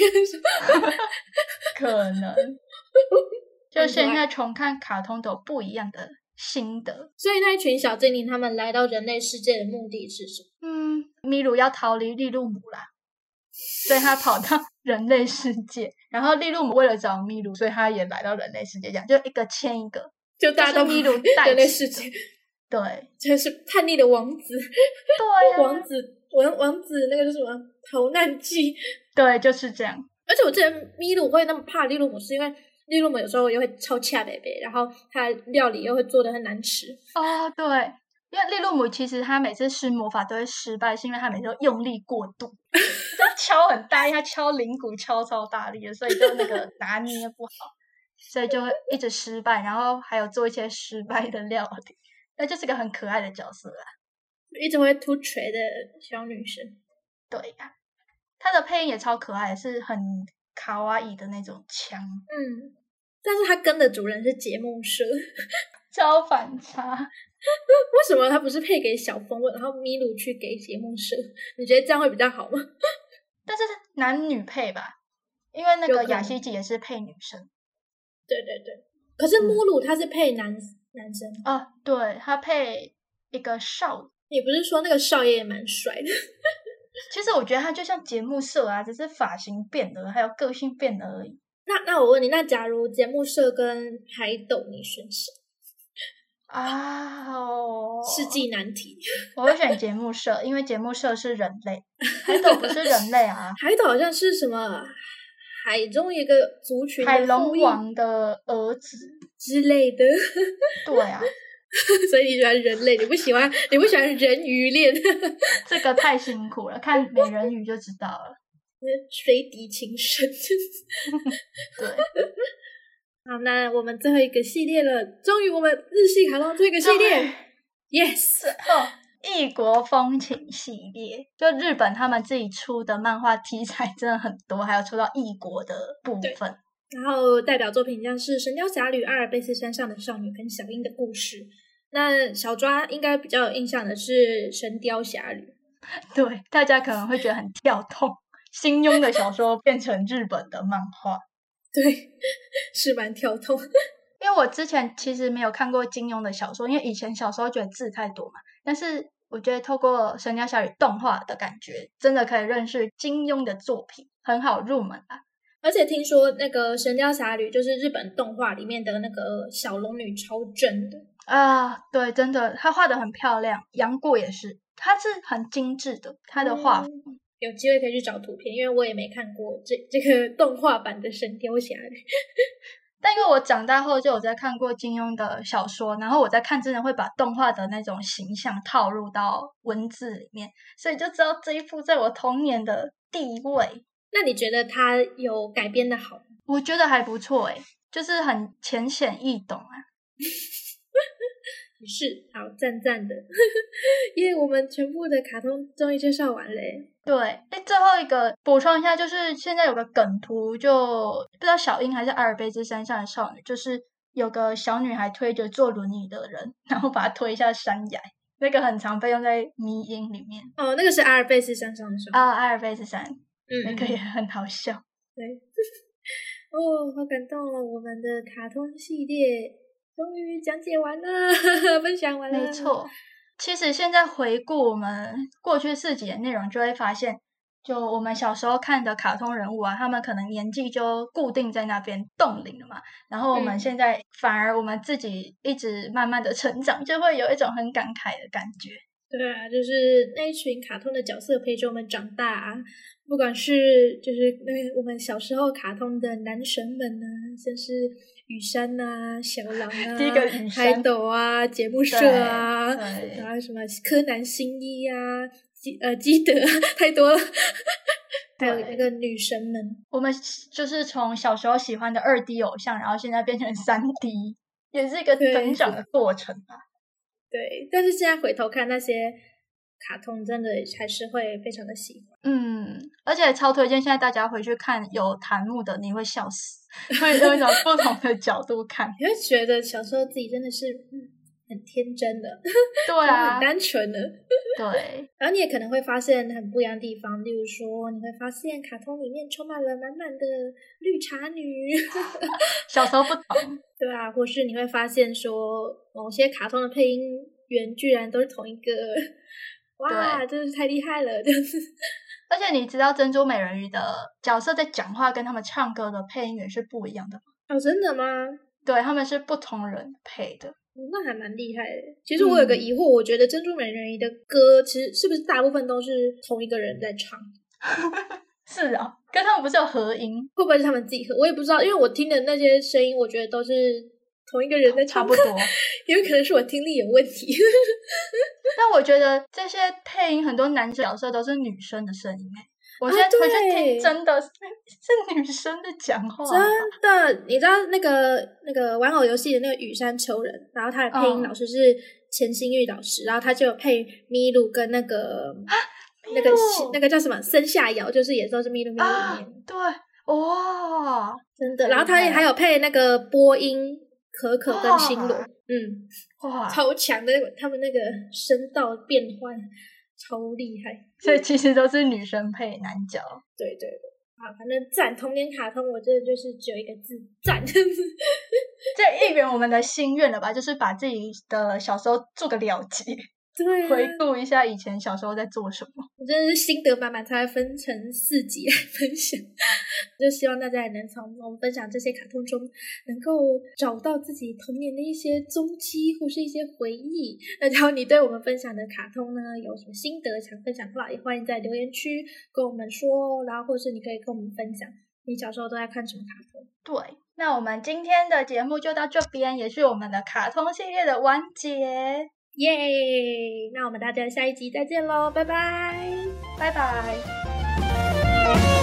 可能就现在重看卡通都有不一样的心得。 所以那一群小精灵他们来到人类世界的目的是什么？ 嗯，米鲁要逃离利路姆啦，所以他跑到人类世界，然后利路姆为了找米鲁，所以他也来到人类世界，这样就一个牵一个， 就大家都米鲁带人类世界， 对， 真是叛逆的王子， 对、啊， 王子王王子那个是什么逃难记？ 对，就是这样。 而且我记得米鲁会那么怕利路姆，是因为利路姆有时候又会超恰北北，然后他料理又会做得很难吃。 哦，对，因为利路姆其实他每次施魔法都会失败，是因为他每次都用力过度，就敲很大力，他敲铃鼓敲超大力的，所以就那个拿捏不好，所以就会一直失败，然后还有做一些失败的料理，那就是个很可爱的角色啦， 一直会突锤的小女生。 对呀、啊，她的配音也超可爱，是很卡哇伊的那种腔， 嗯，但是她跟的主人是节目社， 超反差。 为什么他不是配给小风，然后米鲁去给节目社？你觉得这样会比较好吗？ 但是男女配吧，因为那个雅西吉也是配女生。 对对对，可是莫鲁他是配男、嗯、男生哦，对，他配一个少， 也不是说那个少爷也蛮帅的。 其实我觉得他就像节目社啊，只是发型变了，还有个性变了而已。 那那我问你，那假如节目社跟海斗，你选谁？ 啊哦， 世纪难题。 我会选节目社，因为节目社是人类，海斗不是人类啊。 海斗好像是什么海中一个族群的海龙王的儿子之类的。 对啊， 所以你喜欢人类，你不喜欢你不喜欢人鱼恋。 这个太辛苦了，看美人鱼就知道了。 水底情深。 对。 好，那我们最后一个系列了，终于我们日系卡通最后一个系列 ，yes， 哦，异国风情系列，就日本他们自己出的漫画题材真的很多，还有出到异国的部分。 然后代表作品像是《神雕侠侣》、阿尔卑斯山上的少女跟小樱的故事。那小抓应该比较有印象的是《神雕侠侣》， 对，大家可能会觉得很跳动，金庸的小说变成日本的漫画。 对，是蛮跳动。 因为我之前其实没有看过金庸的小说，因为以前小时候觉得字太多嘛。但是我觉得透过《神雕侠侣》动画的感觉，真的可以认识金庸的作品，很好入门啊。 而且听说那个《神雕侠侣》就是日本动画里面的那个小龙女超正的啊，对，真的，她画得很漂亮。杨过也是，她是很精致的，她的画风。嗯， 有机会可以去找图片，因为我也没看过这这个动画版的《神雕侠侣》。 但因为我长大后就有在看过金庸的小说，然后我在看真的会把动画的那种形象套入到文字里面，所以就知道这一部在我童年的地位。 那你觉得它有改编的好吗？ 我觉得还不错诶，就是很浅显易懂啊。 是，好，赞赞的。因为我们全部的卡通终于介绍完嘞。 对，诶，最后一个补充一下，就是现在有个梗图，就不知道小樱还是阿尔卑斯山上的少女，就是有个小女孩推着坐轮椅的人，然后把她推下山崖，那个很常被用在迷因里面。 哦，那个是阿尔卑斯山上的少女啊，阿尔卑斯山， 嗯， 那个也很好笑。 对，哦，好感动哦！我们的卡通系列终于讲解完了，分享完了。 没错。其实现在回顾我们过去四集的内容，就会发现，就我们小时候看的卡通人物啊，他们可能年纪就固定在那边冻龄了嘛。然后我们现在、嗯、反而我们自己一直慢慢的成长，就会有一种很感慨的感觉。 对啊，就是那一群卡通的角色陪着我们长大啊，不管是就是那我们小时候卡通的男神们啊，像是雨山啊、小狼啊、 第一个雨山、 海斗啊、节目社啊，然后什么柯南新一啊、基呃基德啊，太多了。还有那个女神们， 我们就是从小时候喜欢的二 D 偶像，然后现在变成三 D， 也是一个成长的过程吧。 对，但是现在回头看那些卡通，真的还是会非常的喜欢。 嗯，而且超推荐现在大家回去看有弹幕的，你会笑死，会有一种不同的角度看， 你会觉得小时候自己真的是、嗯、 很天真的， 对啊， 很单纯的。 对， 然后你也可能会发现很不一样的地方，例如说你会发现卡通里面充满了满满的绿茶女， 小时候不懂， 对啊，或是你会发现说某些卡通的配音员居然都是同一个，哇，真是太厉害了，就是。 而且你知道珍珠美人鱼的角色在讲话跟他们唱歌的配音员是不一样的吗？ 哦，真的吗？ 对，他们是不同人配的。 哦、那还蛮厉害的。其实我有个疑惑，嗯、我觉得珍珠美人鱼的歌其实是不是大部分都是同一个人在唱？ 是啊，跟他们不是有合音？ 会不会是他们自己合？我也不知道，因为我听的那些声音，我觉得都是同一个人在唱， 差不多。 因为可能是我听力有问题。 但我觉得这些配音很多男角色都是女生的声音诶。我现在回去听，真的是、啊、是女生在讲话。 真的，你知道那个那个玩偶游戏的那个羽山丘人，然后他的配音老师是钱新玉老师，嗯、然后他就有配咪露跟那个、啊、那个那个叫什么森下遥，就是也都是咪露咪露里面。 啊、对，哇， 真的。然后他也还有配那个播音可可跟星罗，嗯， 哇， 超强的，他们那个声道变换。超厉害， 所以其实都是女生配男角。 对对对，啊，反正赞童年卡通，我真的就是只有一个字赞。 这一圆我们的心愿了吧，就是把自己的小时候做个了结， 对、啊， 回顾一下以前小时候在做什么。 我真的是心得满满，才会分成四集来分享。就希望大家也能从我们分享这些卡通中，能够找到自己童年的一些踪迹或是一些回忆。那假如你对我们分享的卡通呢有什么心得想分享的话，也欢迎在留言区跟我们说，然后或是你可以跟我们分享你小时候都在看什么卡通。 对，那我们今天的节目就到这边，也是我们的卡通系列的完结。 耶、yeah! 那我们大家下一集再见咯，拜拜， 拜拜。